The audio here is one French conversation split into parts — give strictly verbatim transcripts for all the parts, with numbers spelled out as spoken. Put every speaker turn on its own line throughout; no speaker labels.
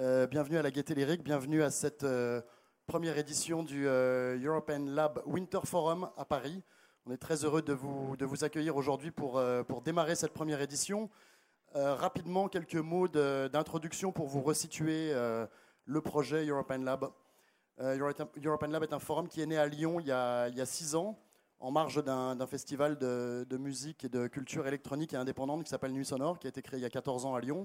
Euh, bienvenue à la Gaîté Lyrique, bienvenue à cette euh, première édition du euh, European Lab Winter Forum à Paris. On est très heureux de vous, de vous accueillir aujourd'hui pour, euh, pour démarrer cette première édition. Euh, rapidement, quelques mots de, d'introduction pour vous resituer euh, le projet European Lab. Euh, European Lab est un forum qui est né à Lyon il y a, il y a six ans, en marge d'un, d'un festival de, de musique et de culture électronique et indépendante qui s'appelle Nuit Sonore, qui a été créé il y a quatorze ans à Lyon.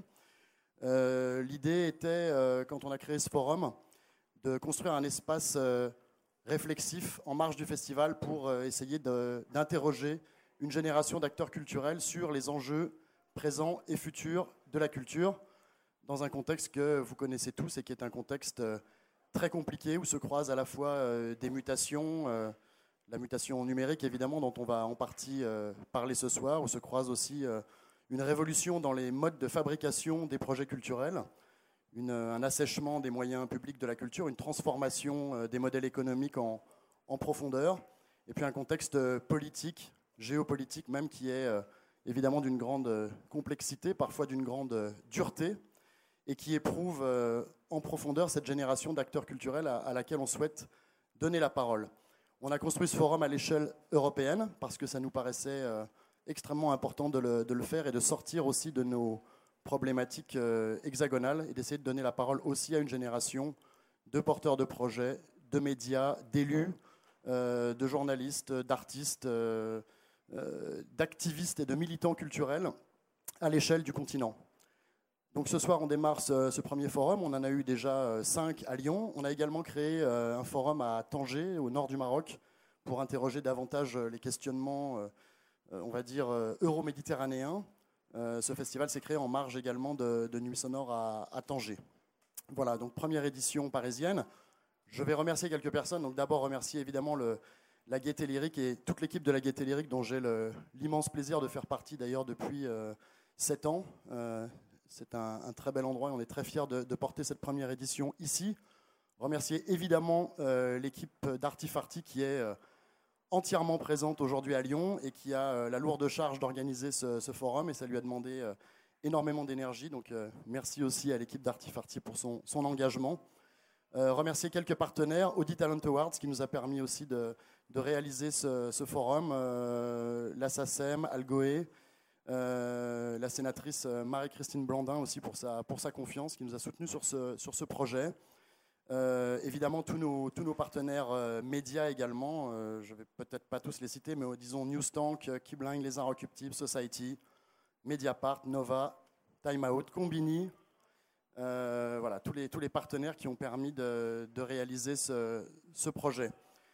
Euh, l'idée était, euh, quand on a créé ce forum, de construire un espace euh, réflexif en marge du festival pour euh, essayer de, d'interroger une génération d'acteurs culturels sur les enjeux présents et futurs de la culture, dans un contexte que vous connaissez tous et qui est un contexte euh, très compliqué, où se croisent à la fois euh, des mutations, euh, la mutation numérique évidemment, dont on va en partie euh, parler ce soir, où se croise aussi euh, une révolution dans les modes de fabrication des projets culturels, une, un assèchement des moyens publics de la culture, une transformation euh, des modèles économiques en, en profondeur, et puis un contexte politique, géopolitique même, qui est euh, évidemment d'une grande euh, complexité, parfois d'une grande euh, dureté, et qui éprouve euh, en profondeur cette génération d'acteurs culturels à, à laquelle on souhaite donner la parole. On a construit ce forum à l'échelle européenne, parce que ça nous paraissait euh, extrêmement important de le, de le faire et de sortir aussi de nos problématiques euh, hexagonales et d'essayer de donner la parole aussi à une génération de porteurs de projets, de médias, d'élus, euh, de journalistes, d'artistes, euh, euh, d'activistes et de militants culturels à l'échelle du continent. Donc ce soir, on démarre ce, ce premier forum. On en a eu déjà euh, cinq à Lyon. On a également créé euh, un forum à Tanger, au nord du Maroc, pour interroger davantage les questionnements euh, on va dire, euro-méditerranéen. Euh, ce festival s'est créé en marge également de, de Nuit Sonore à, à Tanger. Voilà, donc première édition parisienne. Je vais remercier quelques personnes. Donc d'abord remercier évidemment le, la Gaîté Lyrique et toute l'équipe de la Gaîté Lyrique, dont j'ai le, l'immense plaisir de faire partie d'ailleurs depuis euh, sept ans. Euh, c'est un, un très bel endroit et on est très fiers de, de porter cette première édition ici. Remercier évidemment euh, l'équipe d'Artifarty qui est euh, entièrement présente aujourd'hui à Lyon et qui a euh, la lourde charge d'organiser ce, ce forum, et ça lui a demandé euh, énormément d'énergie. Donc euh, merci aussi à l'équipe d'Artifarty pour son, son engagement. Euh, remercier quelques partenaires, Audi Talent Awards qui nous a permis aussi de, de réaliser ce, ce forum, euh, la SACEM, Algoé, euh, la sénatrice Marie-Christine Blandin aussi pour sa, pour sa confiance, qui nous a soutenus sur ce, sur ce projet. Euh, évidemment, tous nos, tous nos partenaires euh, médias également, euh, je ne vais peut-être pas tous les citer, mais euh, disons Newstank, euh, Keyblind, Les Inrecuptibles, Society, Mediapart, Nova, Time Out, Combini, euh, voilà, tous les, tous les partenaires qui ont permis de, de réaliser ce, ce projet.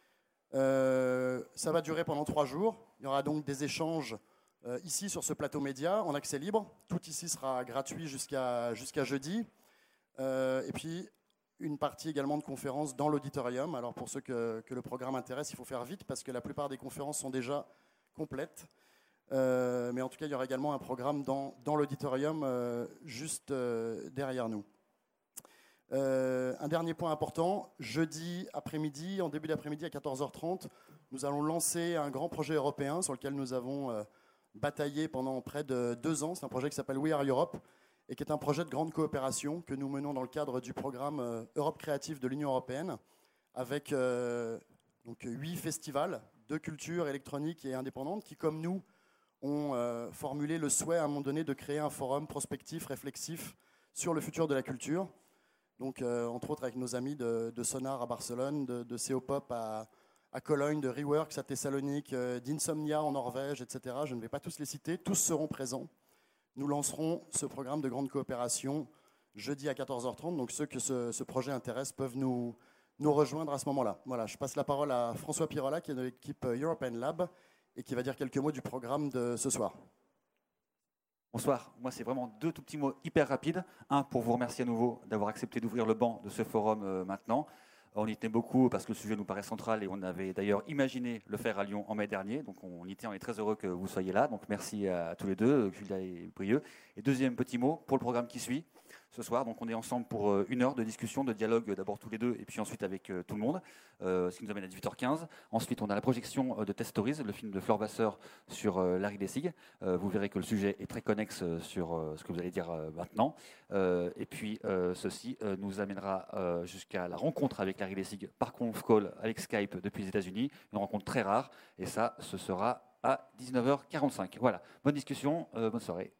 Euh, ça va durer pendant trois jours. Il y aura donc des échanges euh, ici sur ce plateau média en accès libre. Tout ici sera gratuit jusqu'à, jusqu'à jeudi. Euh, et puis, une partie également de conférences dans l'auditorium. Alors pour ceux que, que le programme intéresse, il faut faire vite parce que la plupart des conférences sont déjà complètes. Euh, mais en tout cas, il y aura également un programme dans, dans l'auditorium euh, juste euh, derrière nous. Euh, un dernier point important, jeudi après-midi, en début d'après-midi à quatorze heures trente, nous allons lancer un grand projet européen sur lequel nous avons euh, bataillé pendant près de deux ans. C'est un projet qui s'appelle We Are Europe, et qui est un projet de grande coopération que nous menons dans le cadre du programme euh, Europe Créative de l'Union européenne, avec euh, donc, huit festivals de culture électronique et indépendante qui, comme nous, ont euh, formulé le souhait à un moment donné de créer un forum prospectif, réflexif sur le futur de la culture. Donc, euh, entre autres avec nos amis de, de Sonar à Barcelone, de, de C O Pop à, à Cologne, de Reworks à Thessalonique, euh, d'Insomnia en Norvège, et cetera. Je ne vais pas tous les citer, tous seront présents. Nous lancerons ce programme de grande coopération jeudi à quatorze heures trente. Donc ceux que ce, ce projet intéresse peuvent nous, nous rejoindre à ce moment-là. Voilà, je passe la parole à François Pirola, qui est de l'équipe European Lab et qui va dire quelques mots du programme de ce soir.
Bonsoir, moi c'est vraiment deux tout petits mots hyper rapides. Un, pour vous remercier à nouveau d'avoir accepté d'ouvrir le banc de ce forum euh, maintenant. On y tenait beaucoup parce que le sujet nous paraît central et on avait d'ailleurs imaginé le faire à Lyon en mai dernier. Donc on y tient, on est très heureux que vous soyez là. Donc merci à tous les deux, Julia et Brieux. Et deuxième petit mot pour le programme qui suit. ce soir. Donc on est ensemble pour euh, une heure de discussion, de dialogue, euh, d'abord tous les deux et puis ensuite avec euh, tout le monde, euh, ce qui nous amène à dix-huit heures quinze. Ensuite on a la projection euh, de Test Stories, le film de Fleur Vasseur sur euh, Larry Lessig. Euh, vous verrez que le sujet est très connexe euh, sur euh, ce que vous allez dire euh, maintenant. Euh, et puis euh, ceci euh, nous amènera euh, jusqu'à la rencontre avec Larry Lessig par conf call avec Skype depuis les États-Unis, une rencontre très rare. Et ça, ce sera à dix-neuf heures quarante-cinq. Voilà, bonne discussion, euh, bonne soirée.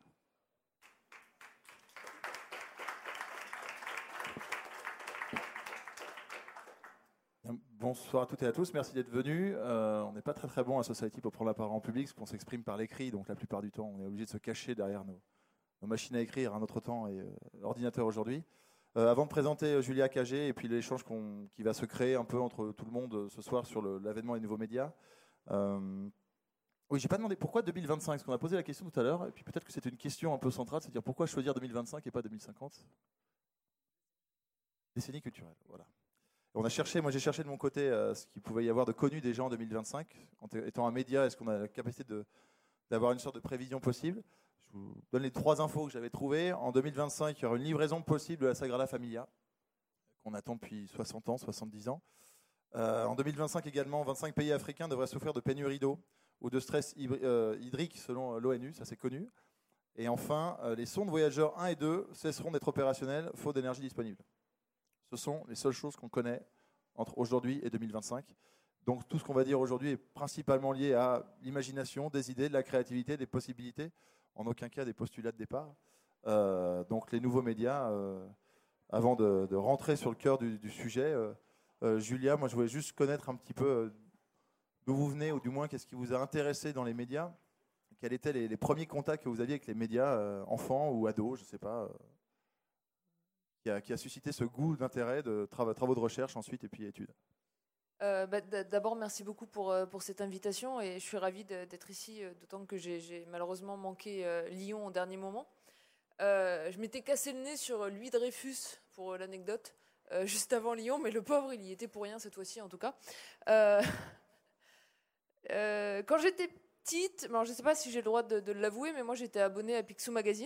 Bonsoir à toutes et à tous, merci d'être venus. Euh, on n'est pas très très bon à Society pour prendre la parole en public, parce qu'on s'exprime par l'écrit, donc la plupart du temps on est obligé de se cacher derrière nos, nos machines à écrire, un autre temps et euh, l'ordinateur aujourd'hui. Euh, avant de présenter Julia Cagé et puis l'échange qu'on, qui va se créer un peu entre tout le monde euh, ce soir sur le, l'avènement des nouveaux médias. Euh, oui, j'ai pas demandé pourquoi deux mille vingt-cinq, parce qu'on a posé la question tout à l'heure, et puis peut-être que c'était une question un peu centrale, c'est-à-dire pourquoi choisir deux mille vingt-cinq et pas deux mille cinquante. Décennie culturelle, voilà. On a cherché, moi j'ai cherché de mon côté euh, ce qu'il pouvait y avoir de connu des gens en deux mille vingt-cinq. En t- étant un média, est-ce qu'on a la capacité de, d'avoir une sorte de prévision possible? Je vous donne les trois infos que j'avais trouvées. En deux mille vingt-cinq, il y aura une livraison possible de la Sagrada Familia, qu'on attend depuis soixante ans, soixante-dix ans. Euh, en deux mille vingt-cinq également, vingt-cinq pays africains devraient souffrir de pénurie d'eau ou de stress hydri- euh, hydrique selon l'ONU, ça c'est connu. Et enfin, euh, les sondes voyageurs un et deux cesseront d'être opérationnelles, faute d'énergie disponible. Ce sont les seules choses qu'on connaît entre aujourd'hui et deux mille vingt-cinq. Donc tout ce qu'on va dire aujourd'hui est principalement lié à l'imagination, des idées, de la créativité, des possibilités, en aucun cas des postulats de départ. Euh, donc les nouveaux médias, euh, avant de, de rentrer sur le cœur du, du sujet, euh, euh, Julia, moi je voulais juste connaître un petit peu euh, d'où vous venez, ou du moins qu'est-ce qui vous a intéressé dans les médias. Quels étaient les, les premiers contacts que vous aviez avec les médias, euh, enfants ou ados, je ne sais pas. Euh, Qui a, qui a suscité ce goût d'intérêt de travaux, travaux de recherche ensuite et puis études.
Euh, bah, d'abord, merci beaucoup pour, pour cette invitation et je suis ravie d'être ici, d'autant que j'ai malheureusement manqué euh, Lyon au dernier moment. Euh, je m'étais cassé le nez sur Louis Dreyfus, pour l'anecdote, euh, juste avant Lyon, mais le pauvre, il y était pour rien cette fois-ci en tout cas. Euh, euh, quand j'étais petite, alors je ne sais pas si j'ai le droit de, de l'avouer, mais moi j'étais abonnée à Picsou Magazine.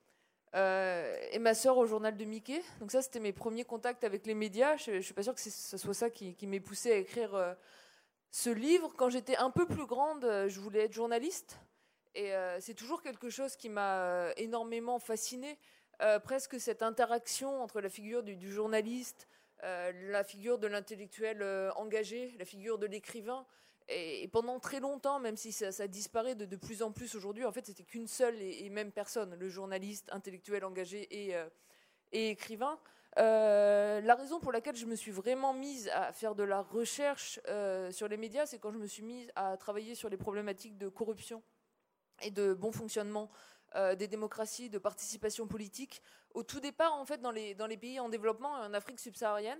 Euh, et ma sœur au journal de Mickey. Donc ça, c'était mes premiers contacts avec les médias. Je ne suis pas sûre que ce soit ça qui, qui m'ait poussée à écrire euh, ce livre. Quand j'étais un peu plus grande, euh, je voulais être journaliste. Et euh, c'est toujours quelque chose qui m'a euh, énormément fascinée. Euh, presque cette interaction entre la figure du, du journaliste, euh, la figure de l'intellectuel euh, engagé, la figure de l'écrivain. Et pendant très longtemps, même si ça, ça disparaît de, de plus en plus aujourd'hui, en fait, c'était qu'une seule et, et même personne, le journaliste, intellectuel, engagé et, euh, et écrivain. Euh, la raison pour laquelle je me suis vraiment mise à faire de la recherche euh, sur les médias, c'est quand je me suis mise à travailler sur les problématiques de corruption et de bon fonctionnement euh, des démocraties, de participation politique. Au tout départ, en fait, dans les, dans les pays en développement, en Afrique subsaharienne,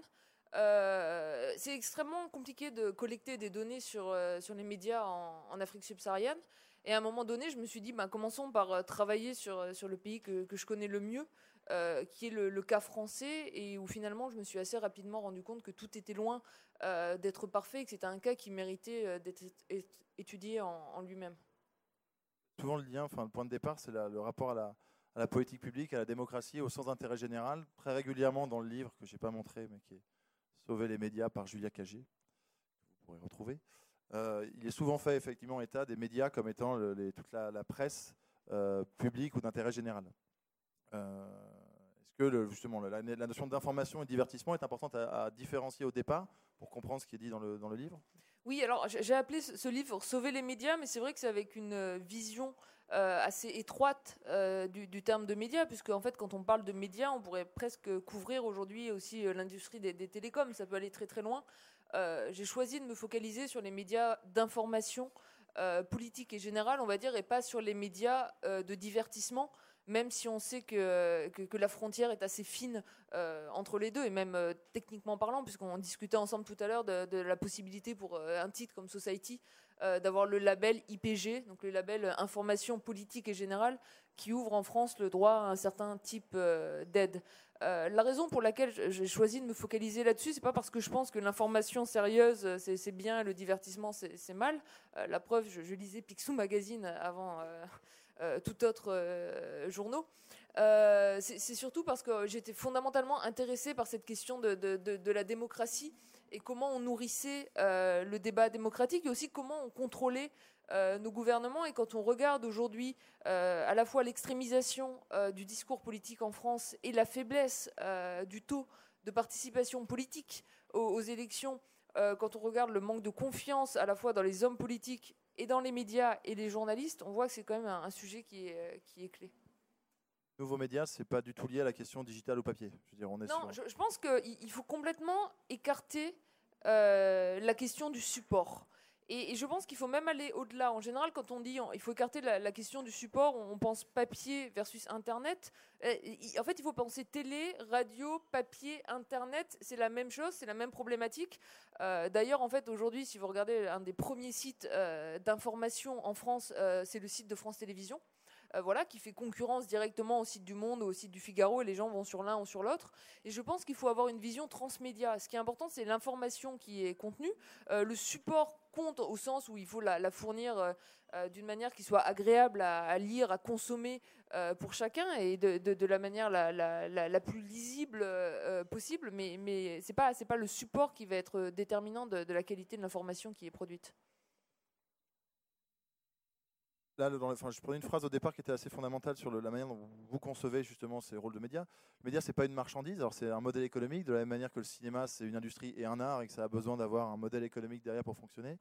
Euh, c'est extrêmement compliqué de collecter des données sur, euh, sur les médias en, en Afrique subsaharienne. Et à un moment donné, je me suis dit, bah, commençons par euh, travailler sur, sur le pays que, que je connais le mieux, euh, qui est le, le cas français, et où finalement, je me suis assez rapidement rendu compte que tout était loin euh, d'être parfait, et que c'était un cas qui méritait euh, d'être étudié en, en lui-même.
Souvent le lien, enfin le point de départ, c'est la, le rapport à la, à la politique publique, à la démocratie, au sens d'intérêt général. Très régulièrement dans le livre que je n'ai pas montré, mais qui est Sauver les médias par Julia Cagé, que vous pourrez retrouver. Euh, il est souvent fait effectivement état des médias comme étant le, les, toute la, la presse euh, publique ou d'intérêt général. Euh, Est-ce que le, justement la, la notion d'information et de divertissement est importante à, à différencier au départ pour comprendre ce qui est dit dans le, dans le livre?
Oui, alors j'ai appelé ce livre Sauver les médias, mais c'est vrai que c'est avec une vision euh, assez étroite euh, du, du terme de médias, puisque en fait, quand on parle de médias, on pourrait presque couvrir aujourd'hui aussi euh, l'industrie des, des télécoms. Ça peut aller très très loin. Euh, j'ai choisi de me focaliser sur les médias d'information euh, politique et générale, on va dire, et pas sur les médias euh, de divertissement, même si on sait que, que, que la frontière est assez fine euh, entre les deux, et même euh, techniquement parlant, puisqu'on discutait ensemble tout à l'heure de, de la possibilité pour euh, un titre comme Society euh, d'avoir le label I P G, donc le label Information politique et générale, qui ouvre en France le droit à un certain type euh, d'aide. Euh, la raison pour laquelle j'ai choisi de me focaliser là-dessus, c'est pas parce que je pense que l'information sérieuse c'est bien, le divertissement c'est mal. Euh, la preuve, je, je lisais Picsou Magazine avant... Euh, Euh, tout autre euh, journaux. Euh, c'est surtout parce que j'étais fondamentalement intéressée par cette question de, de, de, de la démocratie et comment on nourrissait euh, le débat démocratique et aussi comment on contrôlait euh, nos gouvernements. Et quand on regarde aujourd'hui euh, à la fois l'extrémisation euh, du discours politique en France et la faiblesse euh, du taux de participation politique aux, aux élections, euh, quand on regarde le manque de confiance à la fois dans les hommes politiques et dans les médias et les journalistes, on voit que c'est quand même un, un sujet qui est, qui est clé.
Nouveaux médias, c'est pas du tout lié à la question digitale ou papier. Je veux dire, on est
non,
sur...
je, je pense qu'il faut complètement écarter euh, la question du support. Et, et je pense qu'il faut même aller au-delà. En général, quand on dit il faut écarter la, la question du support, on, on pense papier versus Internet. Et, et, en fait, il faut penser télé, radio, papier, Internet. C'est la même chose, c'est la même problématique. Euh, D'ailleurs, en fait, aujourd'hui, si vous regardez un des premiers sites euh, d'information en France, euh, c'est le site de France Télévisions. Euh, voilà, qui fait concurrence directement au site du Monde ou au site du Figaro, et les gens vont sur l'un ou sur l'autre. Et je pense qu'il faut avoir une vision transmédia. Ce qui est important, c'est l'information qui est contenue. Euh, le support compte au sens où il faut la, la fournir euh, euh, d'une manière qui soit agréable à, à lire, à consommer euh, pour chacun, et de, de, de la manière la, la, la, la plus lisible euh, possible. Mais, mais ce n'est pas, c'est pas le support qui va être déterminant de, de la qualité de l'information qui est produite.
Là, dans le, enfin, je prenais une phrase au départ qui était assez fondamentale sur le, la manière dont vous concevez justement ces rôles de médias. Le média, c'est pas une marchandise, alors c'est un modèle économique, de la même manière que le cinéma, c'est une industrie et un art, et que ça a besoin d'avoir un modèle économique derrière pour fonctionner.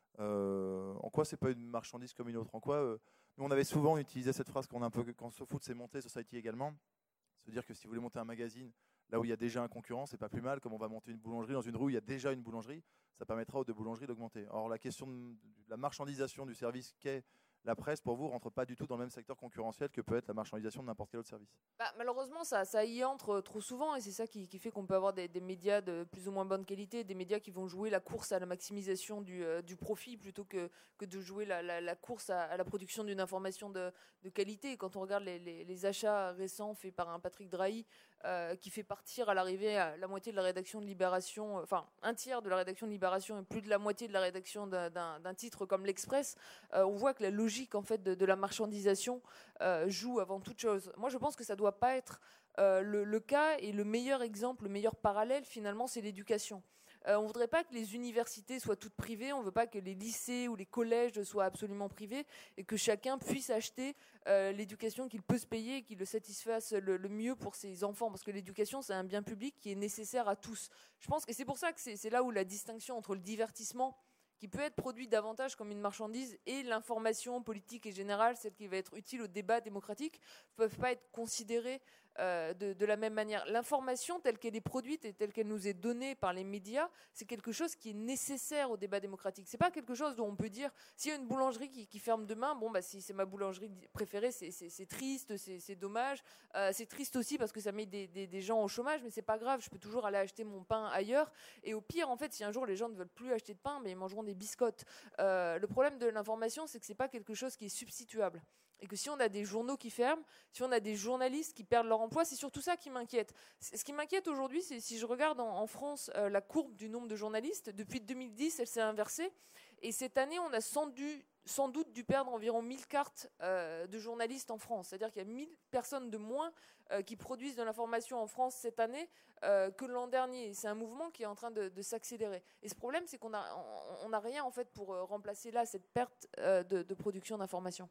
Euh, en quoi c'est pas une marchandise comme une autre? En quoi euh, nous, on avait souvent utilisé cette phrase quand, on a un peu, quand SoFood s'est monté, Society également, se dire que si vous voulez monter un magazine là où il y a déjà un concurrent, c'est pas plus mal, comme on va monter une boulangerie dans une rue où il y a déjà une boulangerie, ça permettra aux deux boulangeries d'augmenter. Or, la question de la marchandisation du service qu'est la presse, pour vous, rentre pas du tout dans le même secteur concurrentiel que peut être la marchandisation de n'importe quel autre service.
Bah, malheureusement, ça, ça y entre trop souvent, et c'est ça qui, qui fait qu'on peut avoir des, des médias de plus ou moins bonne qualité, des médias qui vont jouer la course à la maximisation du, euh, du profit plutôt que, que de jouer la, la, la course à, à la production d'une information de, de qualité. Et quand on regarde les, les, les achats récents faits par un Patrick Drahi, euh, qui fait partir à l'arrivée la moitié de la rédaction de Libération, enfin un tiers de la rédaction de Libération et plus de la moitié de la rédaction d'un titre comme l'Express, euh, on voit que la logique en fait de, de la marchandisation euh, joue avant toute chose. Moi, je pense que ça ne doit pas être euh, le, le cas, et le meilleur exemple, le meilleur parallèle finalement, c'est l'éducation. Euh, on ne voudrait pas que les universités soient toutes privées, on ne veut pas que les lycées ou les collèges soient absolument privés, et que chacun puisse acheter euh, l'éducation qu'il peut se payer et qui le satisfasse le, le mieux pour ses enfants, parce que l'éducation, c'est un bien public qui est nécessaire à tous. Je pense que c'est pour ça que c'est là où la distinction entre le divertissement, qui peut être produit davantage comme une marchandise, et l'information politique et générale, celle qui va être utile au débat démocratique, ne peuvent pas être considérées euh, de, de la même manière. L'information telle qu'elle est produite et telle qu'elle nous est donnée par les médias, c'est quelque chose qui est nécessaire au débat démocratique. C'est pas quelque chose dont on peut dire, s'il y a une boulangerie qui, qui ferme demain, bon, bah, si c'est ma boulangerie préférée, c'est triste, c'est dommage. Euh, c'est triste aussi parce que ça met des, des, des gens au chômage, mais c'est pas grave, je peux toujours aller acheter mon pain ailleurs. Et au pire, en fait, si un jour les gens ne veulent plus acheter de pain, mais ils mangeront des biscottes. Euh, le problème de l'information, c'est que c'est pas quelque chose qui est substituable. Et que si on a des journaux qui ferment, si on a des journalistes qui perdent leur emploi, c'est surtout ça qui m'inquiète. Ce qui m'inquiète aujourd'hui, c'est si je regarde en, en France euh, la courbe du nombre de journalistes, depuis deux mille dix, elle s'est inversée. Et cette année, on a sans, dû, sans doute dû perdre environ mille cartes euh, de journalistes en France. C'est-à-dire qu'il y a mille personnes de moins euh, qui produisent de l'information en France cette année euh, que l'an dernier. C'est un mouvement qui est en train de, de s'accélérer. Et ce problème, c'est qu'on n'a on, on a rien en fait pour euh, remplacer là cette perte euh, de, de production d'information.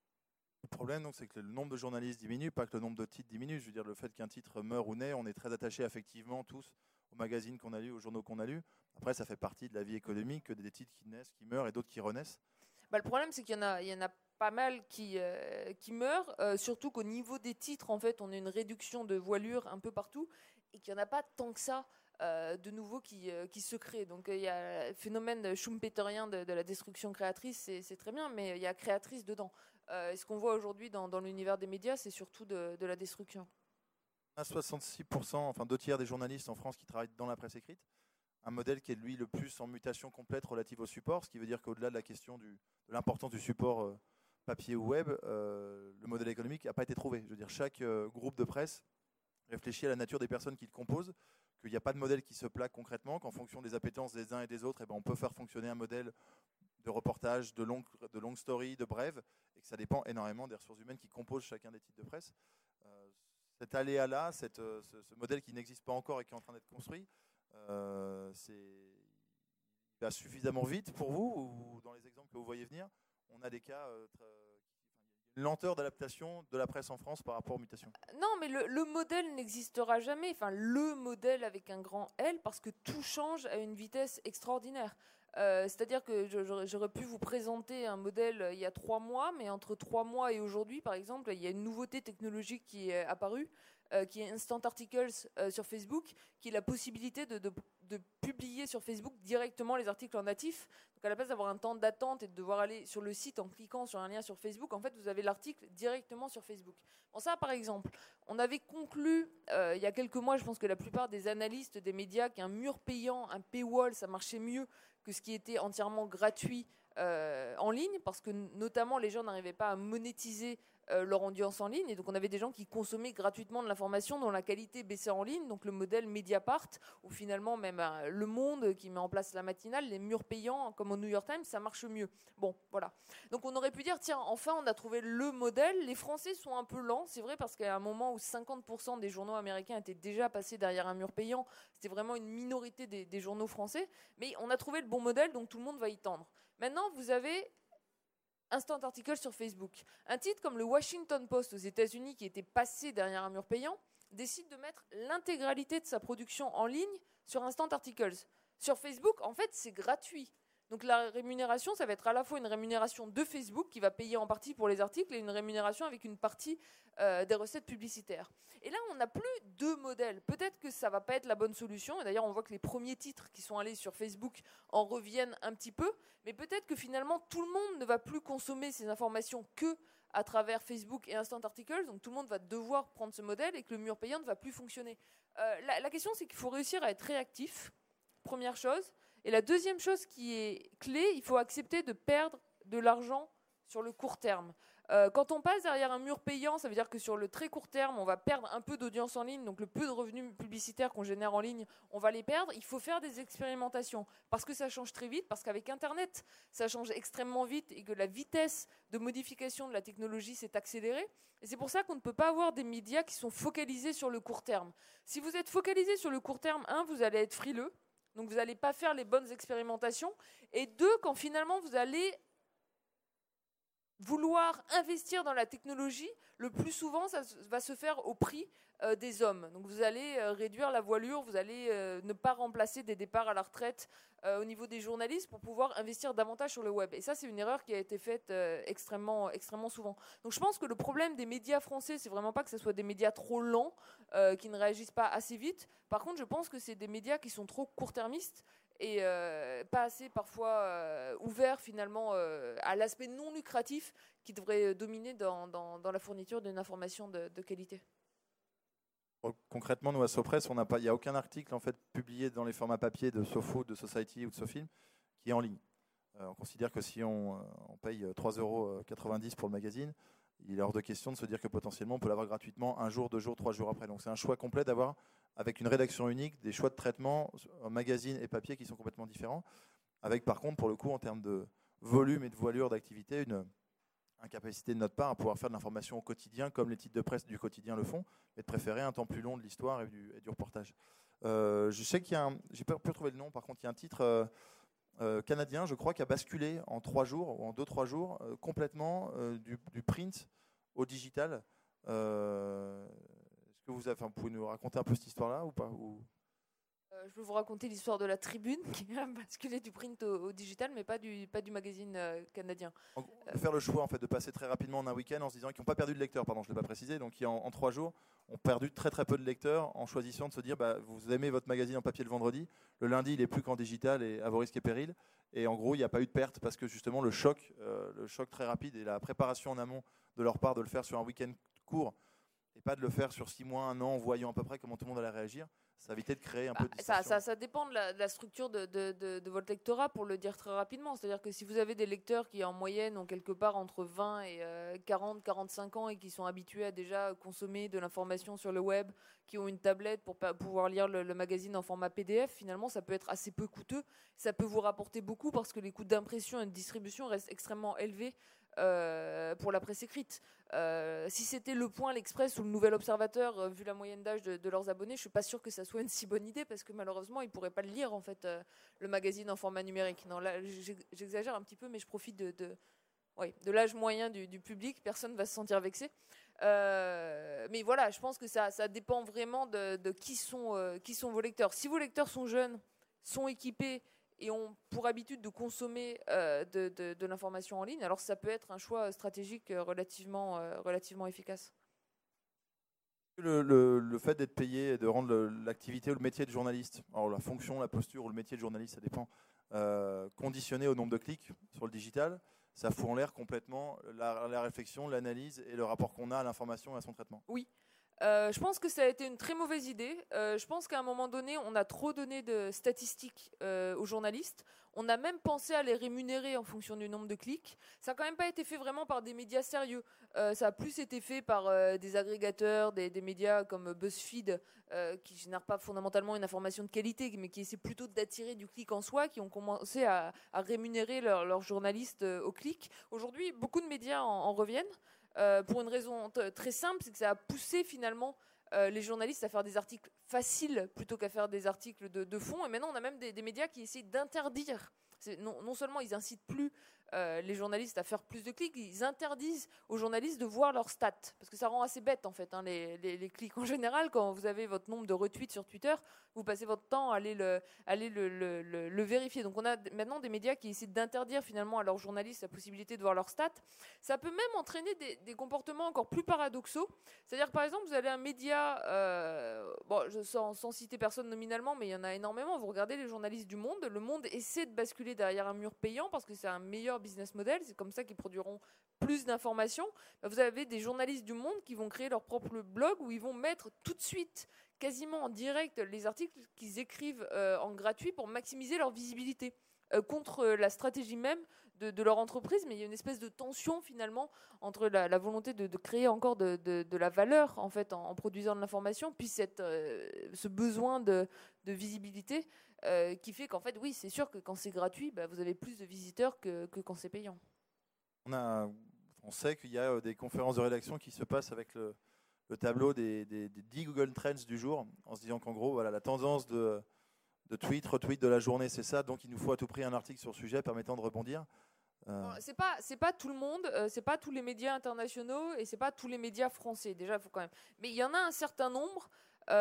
Le problème, c'est que le nombre de journalistes diminue, pas que le nombre de titres diminue. Je veux dire, le fait qu'un titre meure ou naît, on est très attachés effectivement tous aux magazines qu'on a lus, aux journaux qu'on a lus. Après, ça fait partie de la vie économique, que des titres qui naissent, qui meurent et d'autres qui renaissent.
Bah, le problème, c'est qu'il y en a, il y en a pas mal qui, euh, qui meurent, euh, surtout qu'au niveau des titres, en fait, on a une réduction de voilure un peu partout, et qu'il n'y en a pas tant que ça euh, de nouveaux qui, euh, qui se créent. Donc il euh, y a le phénomène schumpeterien de, de la destruction créatrice, c'est très bien, mais il y a créatrice dedans. Euh, et ce qu'on voit aujourd'hui dans, dans l'univers des médias, c'est surtout de, de la destruction.
À soixante-six pour cent, enfin deux tiers des journalistes en France qui travaillent dans la presse écrite. Un modèle qui est lui le plus en mutation complète relative au support, ce qui veut dire qu'au-delà de la question du, de l'importance du support euh, papier ou web, euh, le modèle économique n'a pas été trouvé. Je veux dire, chaque euh, groupe de presse réfléchit à la nature des personnes qui le composent, qu'il n'y a pas de modèle qui se plaque concrètement, qu'en fonction des appétences des uns et des autres, eh ben, on peut faire fonctionner un modèle de reportage, de longues de long stories, de brèves, et que ça dépend énormément des ressources humaines qui composent chacun des titres de presse. Euh, cet aléa-là, cette, ce, ce modèle qui n'existe pas encore et qui est en train d'être construit, euh, c'est, il va suffisamment vite pour vous, ou dans les exemples que vous voyez venir, on a des cas, euh, très, une lenteur d'adaptation de la presse en France par rapport aux mutations?
Non, mais le, le modèle n'existera jamais, enfin le modèle avec un grand L, parce que tout change à une vitesse extraordinaire. Euh, c'est-à-dire que je, j'aurais pu vous présenter un modèle il y a trois mois, mais entre trois mois et aujourd'hui, par exemple, il y a une nouveauté technologique qui est apparue, euh, qui est Instant Articles euh, sur Facebook, qui est la possibilité de, de, de publier sur Facebook directement les articles en natif. Donc à la place d'avoir un temps d'attente et de devoir aller sur le site en cliquant sur un lien sur Facebook, en fait, vous avez l'article directement sur Facebook. Bon, ça, par exemple, on avait conclu euh, il y a quelques mois, je pense que la plupart des analystes des médias, qu'un mur payant, un paywall, ça marchait mieux que ce qui était entièrement gratuit euh, en ligne, parce que notamment les gens n'arrivaient pas à monétiser euh, leur audience en ligne, et donc on avait des gens qui consommaient gratuitement de l'information dont la qualité baissait en ligne, donc le modèle Mediapart, ou finalement même euh, Le Monde qui met en place la matinale, les murs payants comme au New York Times, ça marche mieux. Bon, voilà. Donc on aurait pu dire, tiens, enfin on a trouvé le modèle, les Français sont un peu lents, c'est vrai, parce qu'à un moment où cinquante pour cent des journaux américains étaient déjà passés derrière un mur payant, c'était vraiment une minorité des, des journaux français, mais on a trouvé le bon modèle, donc tout le monde va y tendre. Maintenant, vous avez Instant Article sur Facebook. Un titre comme le Washington Post aux États-Unis, qui était passé derrière un mur payant, décide de mettre l'intégralité de sa production en ligne sur Instant Articles. Sur Facebook, en fait, c'est gratuit. Donc la rémunération, ça va être à la fois une rémunération de Facebook qui va payer en partie pour les articles et une rémunération avec une partie euh, des recettes publicitaires. Et là, on n'a plus deux modèles. Peut-être que ça ne va pas être la bonne solution. Et d'ailleurs, on voit que les premiers titres qui sont allés sur Facebook en reviennent un petit peu. Mais peut-être que finalement, tout le monde ne va plus consommer ces informations que à travers Facebook et Instant Articles. Donc tout le monde va devoir prendre ce modèle et que le mur payant ne va plus fonctionner. Euh, la, la question, c'est qu'il faut réussir à être réactif, première chose. Et la deuxième chose qui est clé, il faut accepter de perdre de l'argent sur le court terme. Euh, quand on passe derrière un mur payant, ça veut dire que sur le très court terme, on va perdre un peu d'audience en ligne, donc le peu de revenus publicitaires qu'on génère en ligne, on va les perdre. Il faut faire des expérimentations, parce que ça change très vite, parce qu'avec Internet, ça change extrêmement vite et que la vitesse de modification de la technologie s'est accélérée. Et c'est pour ça qu'on ne peut pas avoir des médias qui sont focalisés sur le court terme. Si vous êtes focalisé sur le court terme, un, vous allez être frileux. Donc vous n'allez pas faire les bonnes expérimentations. Et deux, quand finalement vous allez vouloir investir dans la technologie, le plus souvent ça va se faire au prix euh, des hommes. Donc vous allez euh, réduire la voilure, vous allez euh, ne pas remplacer des départs à la retraite euh, au niveau des journalistes pour pouvoir investir davantage sur le web. Et ça, c'est une erreur qui a été faite euh, extrêmement, extrêmement souvent. Donc je pense que le problème des médias français, c'est vraiment pas que ce soit des médias trop lents, euh, qui ne réagissent pas assez vite. Par contre, je pense que c'est des médias qui sont trop court-termistes et euh, pas assez parfois euh, ouverts finalement euh, à l'aspect non lucratif qui devrait dominer dans, dans, dans la fourniture d'une information de, de qualité.
Concrètement, nous à SoPress, on n'a pas, il n'y a aucun article en fait publié dans les formats papier de SoFood, de Society ou de SoFilm qui est en ligne. Euh, on considère que si on, on paye trois euros quatre-vingt-dix pour le magazine, il est hors de question de se dire que potentiellement on peut l'avoir gratuitement un jour, deux jours, trois jours après. Donc c'est un choix complet d'avoir, avec une rédaction unique, des choix de traitement en magazine et papier qui sont complètement différents. Avec par contre, pour le coup, en termes de volume et de voilure d'activité, une incapacité de notre part à pouvoir faire de l'information au quotidien, comme les titres de presse du quotidien le font, et de préférer un temps plus long de l'histoire et du, et du reportage. Euh, je sais qu'il y a un, j'ai pas pu retrouver le nom, par contre il y a un titre euh, euh, canadien, je crois, qui a basculé en trois jours, ou en deux, trois jours, euh, complètement euh, du, du print au digital. Euh, est-ce que vous, avez, enfin, vous pouvez nous raconter un peu cette histoire-là ou pas ou...
Euh, je peux vous raconter l'histoire de la Tribune qui a basculé du print au, au digital, mais pas du, pas du magazine euh, canadien.
On peut faire le choix en fait, de passer très rapidement en un week-end en se disant qu'ils n'ont pas perdu de lecteurs, pardon, je ne l'ai pas précisé, donc qui en, en trois jours ont perdu très très peu de lecteurs en choisissant de se dire bah, vous aimez votre magazine en papier le vendredi, le lundi il est plus qu'en digital et à vos risques et périls. Et en gros, il n'y a pas eu de perte parce que justement le choc, euh, le choc très rapide et la préparation en amont de leur part de le faire sur un week-end court et pas de le faire sur six mois, un an, en voyant à peu près comment tout le monde allait réagir, ça évitait de créer un bah, peu de distorsion.
Ça, ça, ça dépend de la, de la structure de, de, de, de votre lectorat, pour le dire très rapidement. C'est-à-dire que si vous avez des lecteurs qui en moyenne ont quelque part entre vingt et euh, quarante, quarante-cinq ans et qui sont habitués à déjà consommer de l'information sur le web, qui ont une tablette pour pa- pouvoir lire le, le magazine en format P D F, finalement ça peut être assez peu coûteux. Ça peut vous rapporter beaucoup parce que les coûts d'impression et de distribution restent extrêmement élevés euh, pour la presse écrite. Euh, si c'était Le Point, l'Express ou le Nouvel Observateur, euh, vu la moyenne d'âge de, de leurs abonnés, je suis pas sûre que ça soit une si bonne idée parce que malheureusement, ils pourraient pas le lire en fait, euh, le magazine en format numérique. Non, là, j'exagère un petit peu, mais je profite de, de, oui, de l'âge moyen du, du public. Personne va se sentir vexé. Euh, mais voilà, je pense que ça, ça dépend vraiment de, de qui sont, euh, qui sont vos lecteurs. Si vos lecteurs sont jeunes, sont équipés et ont pour habitude de consommer euh, de, de, de l'information en ligne, alors ça peut être un choix stratégique relativement, euh, relativement efficace.
Le, le, le fait d'être payé et de rendre l'activité ou le métier de journaliste, alors la fonction, la posture ou le métier de journaliste, ça dépend, euh, conditionné au nombre de clics sur le digital, ça fout en l'air complètement la, la réflexion, l'analyse et le rapport qu'on a à l'information et à son traitement.
Oui. Euh, je pense que ça a été une très mauvaise idée. Euh, je pense qu'à un moment donné, on a trop donné de statistiques euh, aux journalistes. On a même pensé à les rémunérer en fonction du nombre de clics. Ça n'a quand même pas été fait vraiment par des médias sérieux. Euh, ça a plus été fait par euh, des agrégateurs, des, des médias comme BuzzFeed, euh, qui ne génèrent pas fondamentalement une information de qualité, mais qui essaient plutôt d'attirer du clic en soi, qui ont commencé à, à rémunérer leurs leur journalistes euh, au clic. Aujourd'hui, beaucoup de médias en, en reviennent. Euh, pour une raison t- très simple, c'est que ça a poussé finalement euh, les journalistes à faire des articles faciles plutôt qu'à faire des articles de, de fond. Et maintenant, on a même des, des médias qui essaient d'interdire. C'est, non, non seulement ils incitent plus euh, les journalistes à faire plus de clics, ils interdisent aux journalistes de voir leurs stats. Parce que ça rend assez bête en fait, hein, les, les, les clics. En général, quand vous avez votre nombre de retweets sur Twitter, vous passez votre temps à aller le, aller le, le, le, le vérifier. Donc on a maintenant des médias qui essaient d'interdire finalement à leurs journalistes la possibilité de voir leurs stats. Ça peut même entraîner des, des comportements encore plus paradoxaux. C'est-à-dire que par exemple, vous avez un média, euh, bon, je, sans, sans citer personne nominalement, mais il y en a énormément. Vous regardez les journalistes du Monde, le Monde essaie de basculer derrière un mur payant parce que c'est un meilleur business model, c'est comme ça qu'ils produiront plus d'informations. Vous avez des journalistes du Monde qui vont créer leur propre blog où ils vont mettre tout de suite, quasiment en direct, les articles qu'ils écrivent euh, en gratuit pour maximiser leur visibilité euh, contre la stratégie même de, de leur entreprise. Mais il y a une espèce de tension finalement entre la, la volonté de, de créer encore de, de, de la valeur en fait en, en produisant de l'information, puis cette, euh, ce besoin de, de visibilité euh, qui fait qu'en fait, oui, c'est sûr que quand c'est gratuit, bah, vous avez plus de visiteurs que, que quand c'est payant.
On, a, on sait qu'il y a des conférences de rédaction qui se passent avec le, le tableau des, des, des dix Google Trends du jour, en se disant qu'en gros, voilà, la tendance de, de tweet, retweet de la journée, c'est ça, donc il nous faut à tout prix un article sur le sujet permettant de rebondir.
Euh... C'est pas, c'est pas tout le monde, euh, c'est pas tous les médias internationaux et c'est pas tous les médias français. Déjà, il faut quand même. Mais il y en a un certain nombre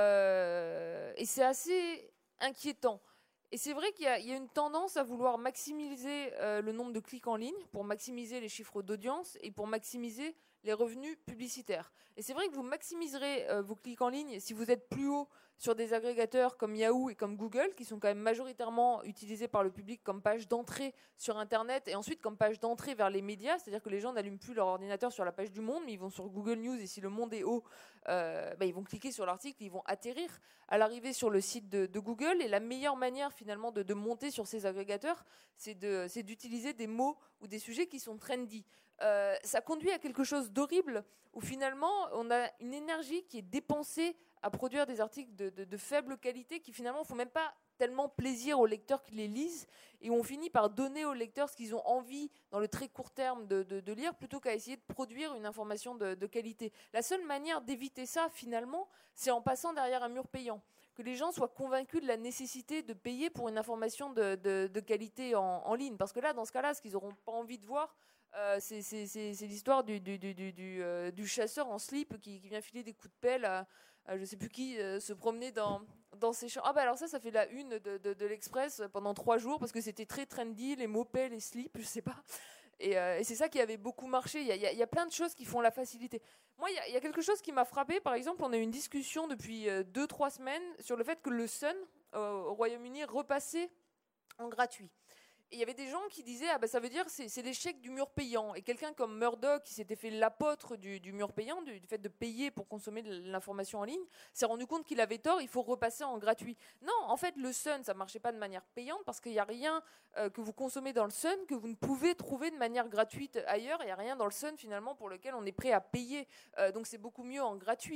euh, et c'est assez inquiétant. Et c'est vrai qu'il y a, il y a une tendance à vouloir maximiser euh, le nombre de clics en ligne pour maximiser les chiffres d'audience et pour maximiser les revenus publicitaires. Et c'est vrai que vous maximiserez euh, vos clics en ligne si vous êtes plus haut sur des agrégateurs comme Yahoo et comme Google, qui sont quand même majoritairement utilisés par le public comme page d'entrée sur Internet et ensuite comme page d'entrée vers les médias. C'est-à-dire que les gens n'allument plus leur ordinateur sur la page du Monde, mais ils vont sur Google News et si le Monde est haut, euh, bah, ils vont cliquer sur l'article, ils vont atterrir à l'arrivée sur le site de, de Google. Et la meilleure manière finalement de, de monter sur ces agrégateurs, c'est, de, c'est d'utiliser des mots ou des sujets qui sont trendy. Euh, ça conduit à quelque chose d'horrible où finalement on a une énergie qui est dépensée à produire des articles de, de, de faible qualité qui finalement ne font même pas tellement plaisir aux lecteurs qui les lisent et on finit par donner aux lecteurs ce qu'ils ont envie dans le très court terme de, de, de lire plutôt qu'à essayer de produire une information de, de qualité. La seule manière d'éviter ça finalement, c'est en passant derrière un mur payant. Que les gens soient convaincus de la nécessité de payer pour une information de, de, de qualité en, en ligne. Parce que là, dans ce cas-là, ce qu'ils n'auront pas envie de voir, euh, c'est, c'est, c'est, c'est l'histoire du, du, du, du, du, euh, du chasseur en slip qui, qui vient filer des coups de pelle à, à je ne sais plus qui, euh, se promener dans, dans ses champs. Ah bah alors ça, ça fait la une de, de, de l'Express pendant trois jours parce que c'était très trendy, les mots pelles, les slips, je sais pas. Et, euh, et c'est ça qui avait beaucoup marché. Il y a, il y a, il y a plein de choses qui font la facilité. Moi, il y a, il y a quelque chose qui m'a frappé. Par exemple, on a eu une discussion depuis deux trois semaines sur le fait que le Sun, euh, au Royaume-Uni, repassait en gratuit. Et il y avait des gens qui disaient ah ben ça veut dire c'est c'est l'échec du mur payant. Et quelqu'un comme Murdoch qui s'était fait l'apôtre du, du mur payant, du, du fait de payer pour consommer de l'information en ligne, s'est rendu compte qu'il avait tort. Il faut repasser en gratuit. Non, en fait le Sun ça marchait pas de manière payante parce qu'il y a rien euh, que vous consommez dans le Sun que vous ne pouvez trouver de manière gratuite ailleurs. Il y a rien dans le Sun finalement pour lequel on est prêt à payer. Euh, donc c'est beaucoup mieux en gratuit.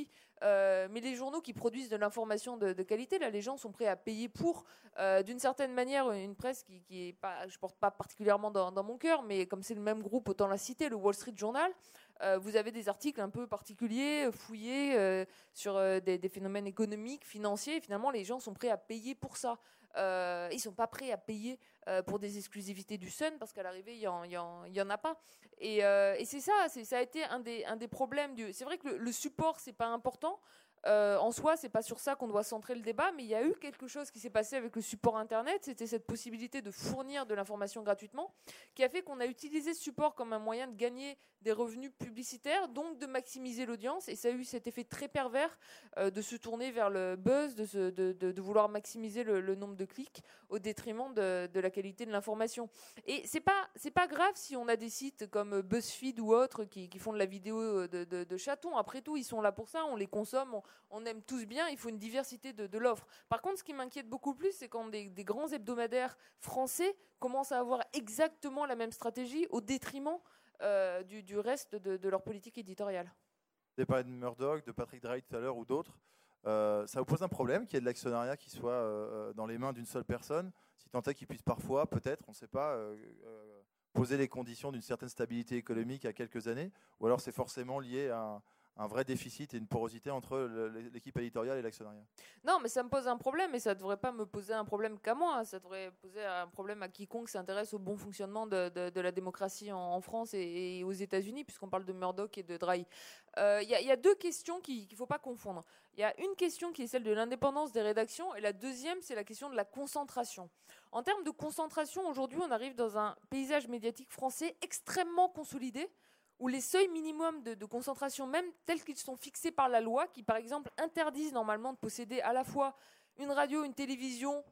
Euh, mais les journaux qui produisent de l'information de, de qualité, là, les gens sont prêts à payer pour, euh, d'une certaine manière, une presse qui, qui est pas, je porte pas particulièrement dans, dans mon cœur, mais comme c'est le même groupe, autant la citer, le Wall Street Journal. Euh, vous avez des articles un peu particuliers, fouillés, euh, sur euh, des, des phénomènes économiques, financiers. Et finalement, les gens sont prêts à payer pour ça. Euh, ils ne sont pas prêts à payer euh, pour des exclusivités du Sun, parce qu'à l'arrivée, il n'y en, en, en a pas. Et, euh, et c'est ça, c'est, ça a été un des, un des problèmes. Du... C'est vrai que le, le support, ce n'est pas important. Euh, en soi, c'est pas sur ça qu'on doit centrer le débat, mais il y a eu quelque chose qui s'est passé avec le support Internet, c'était cette possibilité de fournir de l'information gratuitement, qui a fait qu'on a utilisé ce support comme un moyen de gagner des revenus publicitaires, donc de maximiser l'audience, et ça a eu cet effet très pervers euh, de se tourner vers le buzz, de, se, de, de, de vouloir maximiser le, le nombre de clics au détriment de, de la qualité de l'information. Et c'est pas, c'est pas grave si on a des sites comme BuzzFeed ou autres qui, qui font de la vidéo de, de, de chatons. Après tout, ils sont là pour ça, on les consomme, on, on aime tous bien, il faut une diversité de, de l'offre. Par contre, ce qui m'inquiète beaucoup plus, c'est quand des, des grands hebdomadaires français commencent à avoir exactement la même stratégie au détriment euh, du, du reste de, de leur politique éditoriale.
Vous avez parlé de Murdoch, de Patrick Drahi tout à l'heure ou d'autres. Euh, ça vous pose un problème qu'il y ait de l'actionnariat qui soit euh, dans les mains d'une seule personne, si tant est qu'il puisse parfois, peut-être, on ne sait pas, euh, euh, poser les conditions d'une certaine stabilité économique à quelques années, ou alors c'est forcément lié à un, un vrai déficit et une porosité entre l'équipe éditoriale et l'actionnariat? Non,
mais ça me pose un problème, et ça ne devrait pas me poser un problème qu'à moi, hein. Ça devrait poser un problème à quiconque s'intéresse au bon fonctionnement de, de, de la démocratie en, en France et, et aux États-Unis, puisqu'on parle de Murdoch et de Drahi. Il euh, y, y a deux questions qu'il ne faut pas confondre. Il y a une question qui est celle de l'indépendance des rédactions, et la deuxième, c'est la question de la concentration. En termes de concentration, aujourd'hui, on arrive dans un paysage médiatique français extrêmement consolidé, où les seuils minimums de, de concentration, même tels qu'ils sont fixés par la loi, qui par exemple interdisent normalement de posséder à la fois une radio, une télévision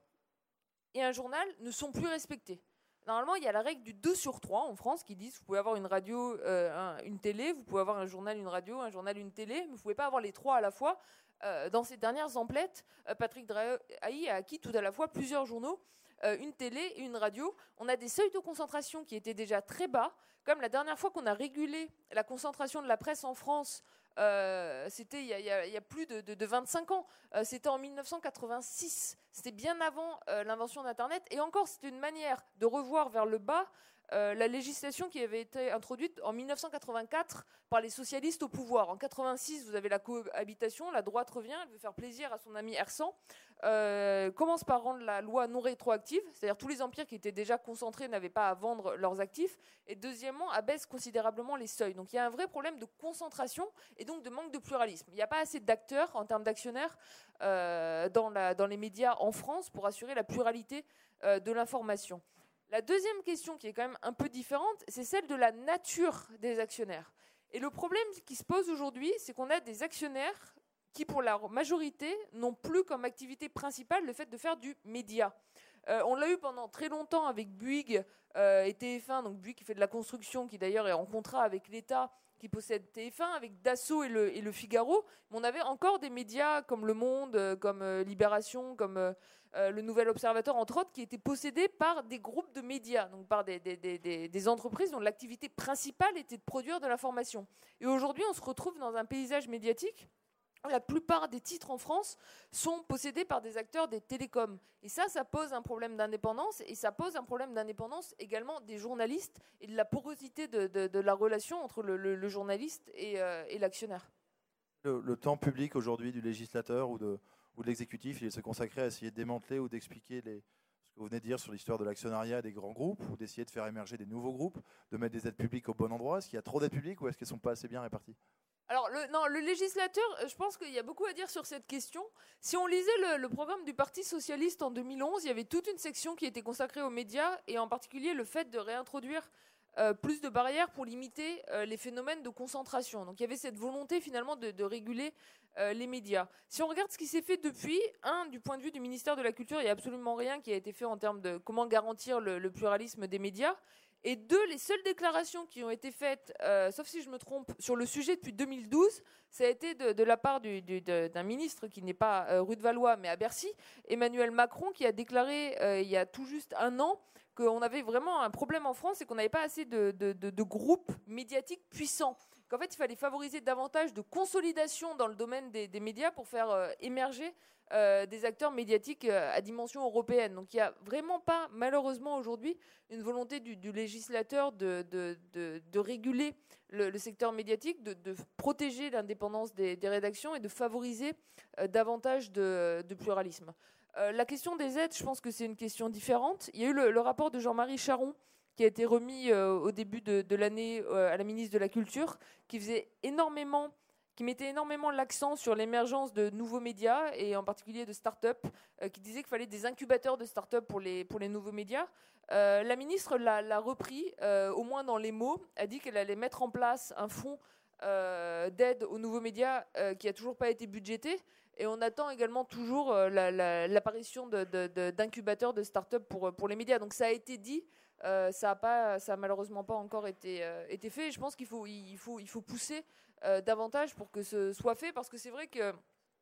et un journal, ne sont plus respectés. Normalement, il y a la règle du deux sur trois en France qui dit que vous pouvez avoir une radio, euh, un, une télé, vous pouvez avoir un journal, une radio, un journal, une télé, mais vous ne pouvez pas avoir les trois à la fois. Euh, dans ces dernières emplettes, euh, Patrick Drahi a acquis tout à la fois plusieurs journaux, euh, une télé et une radio. On a des seuils de concentration qui étaient déjà très bas. Comme la dernière fois qu'on a régulé la concentration de la presse en France, euh, c'était il y, y, y a plus de, de, de vingt-cinq ans, euh, c'était en mille neuf cent quatre-vingt-six, c'était bien avant euh, l'invention d'Internet, et encore c'était une manière de revoir vers le bas euh, la législation qui avait été introduite en mille neuf cent quatre-vingt-quatre par les socialistes au pouvoir. En quatre-vingt-six, vous avez la cohabitation, la droite revient, elle veut faire plaisir à son ami Hersan, euh, commence par rendre la loi non rétroactive, c'est-à-dire tous les empires qui étaient déjà concentrés n'avaient pas à vendre leurs actifs, et deuxièmement, abaisse considérablement les seuils. Donc il y a un vrai problème de concentration et donc de manque de pluralisme. Il n'y a pas assez d'acteurs en termes d'actionnaires euh, dans, la, dans les médias en France pour assurer la pluralité euh, de l'information. La deuxième question qui est quand même un peu différente, c'est celle de la nature des actionnaires. Et le problème qui se pose aujourd'hui, c'est qu'on a des actionnaires qui, pour la majorité, n'ont plus comme activité principale le fait de faire du média. Euh, on l'a eu pendant très longtemps avec Bouygues euh, et T F un, donc Bouygues qui fait de la construction, qui d'ailleurs est en contrat avec l'État, qui possède T F un, avec Dassault et le, et le Figaro. Mais on avait encore des médias comme Le Monde, euh, comme euh, Libération, comme euh, euh, le Nouvel Observateur, entre autres, qui étaient possédés par des groupes de médias, donc par des, des, des, des, des entreprises dont l'activité principale était de produire de l'information. Et aujourd'hui, on se retrouve dans un paysage médiatique. La plupart des titres en France sont possédés par des acteurs des télécoms. Et ça, ça pose un problème d'indépendance, et ça pose un problème d'indépendance également des journalistes et de la porosité de, de, de la relation entre le, le, le journaliste et, euh, et l'actionnaire.
Le, le temps public aujourd'hui du législateur ou de, ou de l'exécutif, il est se consacrer à essayer de démanteler ou d'expliquer les, ce que vous venez de dire sur l'histoire de l'actionnariat des grands groupes, ou d'essayer de faire émerger des nouveaux groupes, de mettre des aides publiques au bon endroit. Est-ce qu'il y a trop d'aides publiques ou est-ce qu'elles ne sont pas assez bien réparties ?
Alors, le, non, le législateur, je pense qu'il y a beaucoup à dire sur cette question. Si on lisait le, le programme du Parti socialiste en deux mille onze, il y avait toute une section qui était consacrée aux médias, et en particulier le fait de réintroduire euh, plus de barrières pour limiter euh, les phénomènes de concentration. Donc il y avait cette volonté finalement de, de réguler euh, les médias. Si on regarde ce qui s'est fait depuis, un, du point de vue du ministère de la Culture, il n'y a absolument rien qui a été fait en termes de comment garantir le, le pluralisme des médias. Et deux, les seules déclarations qui ont été faites, euh, sauf si je me trompe, sur le sujet depuis deux mille douze, ça a été de, de la part du, du, de, d'un ministre qui n'est pas euh, rue de Valois, mais à Bercy, Emmanuel Macron, qui a déclaré euh, il y a tout juste un an qu'on avait vraiment un problème en France et qu'on n'avait pas assez de, de, de, de groupes médiatiques puissants, qu'en fait, il fallait favoriser davantage de consolidation dans le domaine des, des médias pour faire euh, émerger euh, des acteurs médiatiques euh, à dimension européenne. Donc, il n'y a vraiment pas, malheureusement, aujourd'hui, une volonté du, du législateur de, de, de, de réguler le, le secteur médiatique, de, de protéger l'indépendance des, des rédactions et de favoriser euh, davantage de, de pluralisme. Euh, la question des aides, je pense que c'est une question différente. Il y a eu le, le rapport de Jean-Marie Charon qui a été remis euh, au début de, de l'année euh, à la ministre de la Culture, qui faisait énormément, qui mettait énormément l'accent sur l'émergence de nouveaux médias et en particulier de start-up, euh, qui disait qu'il fallait des incubateurs de start-up pour les, pour les nouveaux médias. Euh, la ministre l'a, l'a repris, euh, au moins dans les mots, a dit qu'elle allait mettre en place un fonds euh, d'aide aux nouveaux médias euh, qui n'a toujours pas été budgété. Et on attend également toujours euh, la, la, l'apparition de, de, de, d'incubateurs de start-up pour, pour les médias. Donc ça a été dit, euh, ça n'a pas, ça a malheureusement pas encore été, euh, été fait. Et je pense qu'il faut, il faut, il faut pousser euh, davantage pour que ce soit fait, parce que c'est vrai que,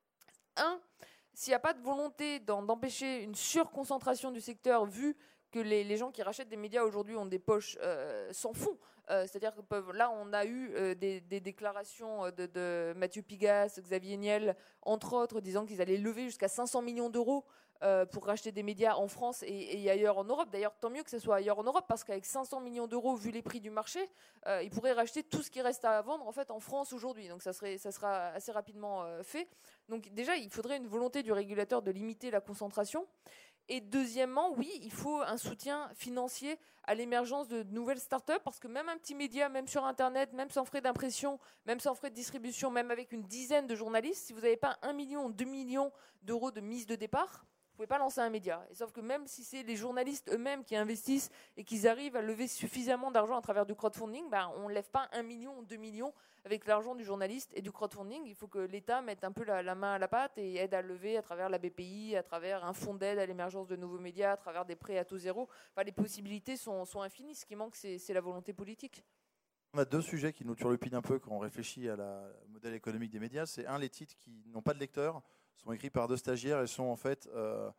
un, s'il n'y a pas de volonté d'en, d'empêcher une surconcentration du secteur, vu que les, les gens qui rachètent des médias aujourd'hui ont des poches euh, sans fond. Euh, c'est-à-dire que peuvent, là, on a eu euh, des, des déclarations de, de Mathieu Pigasse, Xavier Niel, entre autres, disant qu'ils allaient lever jusqu'à cinq cents millions d'euros euh, pour racheter des médias en France et, et ailleurs en Europe. D'ailleurs, tant mieux que ce soit ailleurs en Europe, parce qu'avec cinq cents millions d'euros, vu les prix du marché, euh, ils pourraient racheter tout ce qui reste à vendre en fait en France aujourd'hui. Donc ça, serait, ça sera assez rapidement euh, fait. Donc déjà, il faudrait une volonté du régulateur de limiter la concentration. Et deuxièmement, oui, il faut un soutien financier à l'émergence de nouvelles startups, parce que même un petit média, même sur Internet, même sans frais d'impression, même sans frais de distribution, même avec une dizaine de journalistes, si vous n'avez pas un million, deux millions d'euros de mise de départ, vous ne pouvez pas lancer un média. Et sauf que même si c'est les journalistes eux-mêmes qui investissent et qu'ils arrivent à lever suffisamment d'argent à travers du crowdfunding, ben, on ne lève pas un million ou deux millions avec l'argent du journaliste et du crowdfunding. Il faut que l'État mette un peu la, la main à la pâte et aide à lever à travers la B P I, à travers un fonds d'aide à l'émergence de nouveaux médias, à travers des prêts à taux zéro. Enfin, les possibilités sont, sont infinies. Ce qui manque, c'est, c'est la volonté politique.
On a deux sujets qui nous turlupinent un peu quand on réfléchit à la modèle économique des médias. C'est un, les titres qui n'ont pas de lecteur, sont écrits par deux stagiaires et sont en fait euh,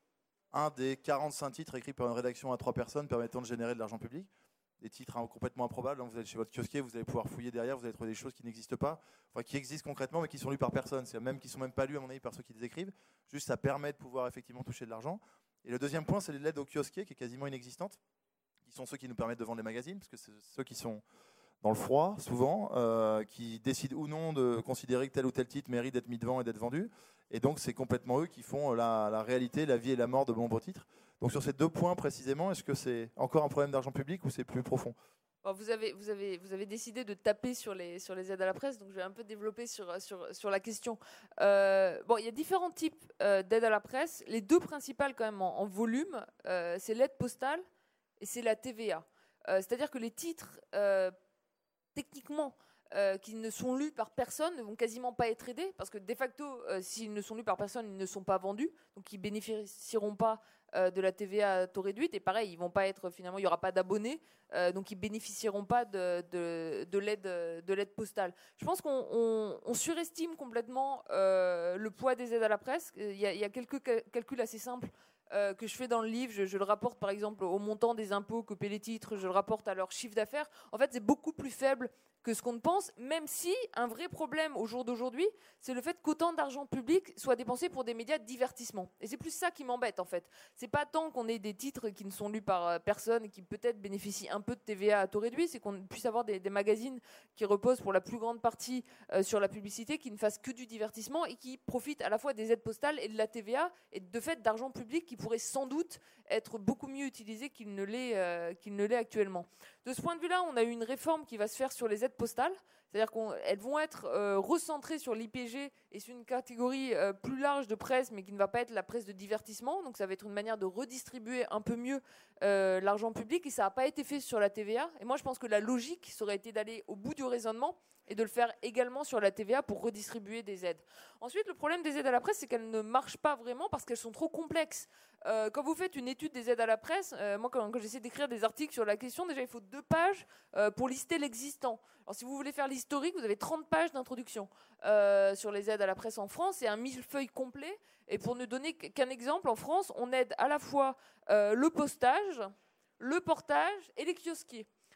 un des quarante-cinq titres écrits par une rédaction à trois personnes permettant de générer de l'argent public. Des titres hein, complètement improbables. Vous allez chez votre kiosquier, vous allez pouvoir fouiller derrière, vous allez trouver des choses qui n'existent pas, enfin qui existent concrètement mais qui sont lues par personne. C'est même qui sont même pas lues à mon avis par ceux qui les écrivent. Juste ça permet de pouvoir effectivement toucher de l'argent. Et le deuxième point, c'est l'aide aux kiosquiers qui est quasiment inexistante, qui sont ceux qui nous permettent de vendre les magazines, parce que c'est ceux qui sont dans le froid souvent, euh, qui décident ou non de considérer que tel ou tel titre mérite d'être mis devant et d'être vendu. Et donc c'est complètement eux qui font la, la réalité, la vie et la mort de nombreux titres. Donc sur ces deux points précisément, est-ce que c'est encore un problème d'argent public ou c'est plus profond ?
Bon, vous, avez, vous, avez, vous avez décidé de taper sur les, sur les aides à la presse, donc je vais un peu développer sur, sur, sur la question. Euh, bon, il y a différents types euh, d'aides à la presse. Les deux principales quand même en, en volume, euh, c'est l'aide postale et c'est la T V A. Euh, c'est-à-dire que les titres, euh, techniquement, Euh, qui ne sont lus par personne ne vont quasiment pas être aidés, parce que de facto, euh, s'ils ne sont lus par personne, ils ne sont pas vendus, donc ils bénéficieront pas euh, de la T V A à taux réduite, et pareil, ils vont pas être, finalement, il n'y aura pas d'abonnés, euh, donc ils bénéficieront pas de, de, de, l'aide, de l'aide postale. Je pense qu'on on, on surestime complètement euh, le poids des aides à la presse. Il y a, il y a quelques calculs assez simples Euh, que je fais dans le livre. Je, je le rapporte par exemple au montant des impôts que paient les titres, je le rapporte à leur chiffre d'affaires. En fait, c'est beaucoup plus faible que ce qu'on ne pense, même si un vrai problème au jour d'aujourd'hui, c'est le fait qu'autant d'argent public soit dépensé pour des médias de divertissement. Et c'est plus ça qui m'embête en fait. C'est pas tant qu'on ait des titres qui ne sont lus par personne et qui peut-être bénéficient un peu de T V A à taux réduit, c'est qu'on puisse avoir des, des magazines qui reposent pour la plus grande partie euh, sur la publicité, qui ne fassent que du divertissement et qui profitent à la fois des aides postales et de la T V A et de fait d'argent public qui pourrait sans doute être beaucoup mieux utilisé qu'il ne l'est, euh, qu'il ne l'est actuellement. De ce point de vue-là, on a eu une réforme qui va se faire sur les aides postales, c'est-à-dire qu'elles vont être euh, recentrées sur l'I P G et sur une catégorie euh, plus large de presse, mais qui ne va pas être la presse de divertissement. Donc ça va être une manière de redistribuer un peu mieux euh, l'argent public, et ça n'a pas été fait sur la T V A. Et moi, je pense que la logique, ça aurait été d'aller au bout du raisonnement et de le faire également sur la T V A pour redistribuer des aides. Ensuite, le problème des aides à la presse, c'est qu'elles ne marchent pas vraiment parce qu'elles sont trop complexes. Euh, quand vous faites une étude des aides à la presse, euh, moi quand, quand j'essaie d'écrire des articles sur la question, déjà il faut deux pages euh, pour lister l'existant. Alors si vous voulez faire l'historique, vous avez trente pages d'introduction euh, sur les aides à la presse en France, c'est un millefeuille complet. Et pour ne donner qu'un exemple, en France, on aide à la fois euh, le postage, le portage et les kiosquiers.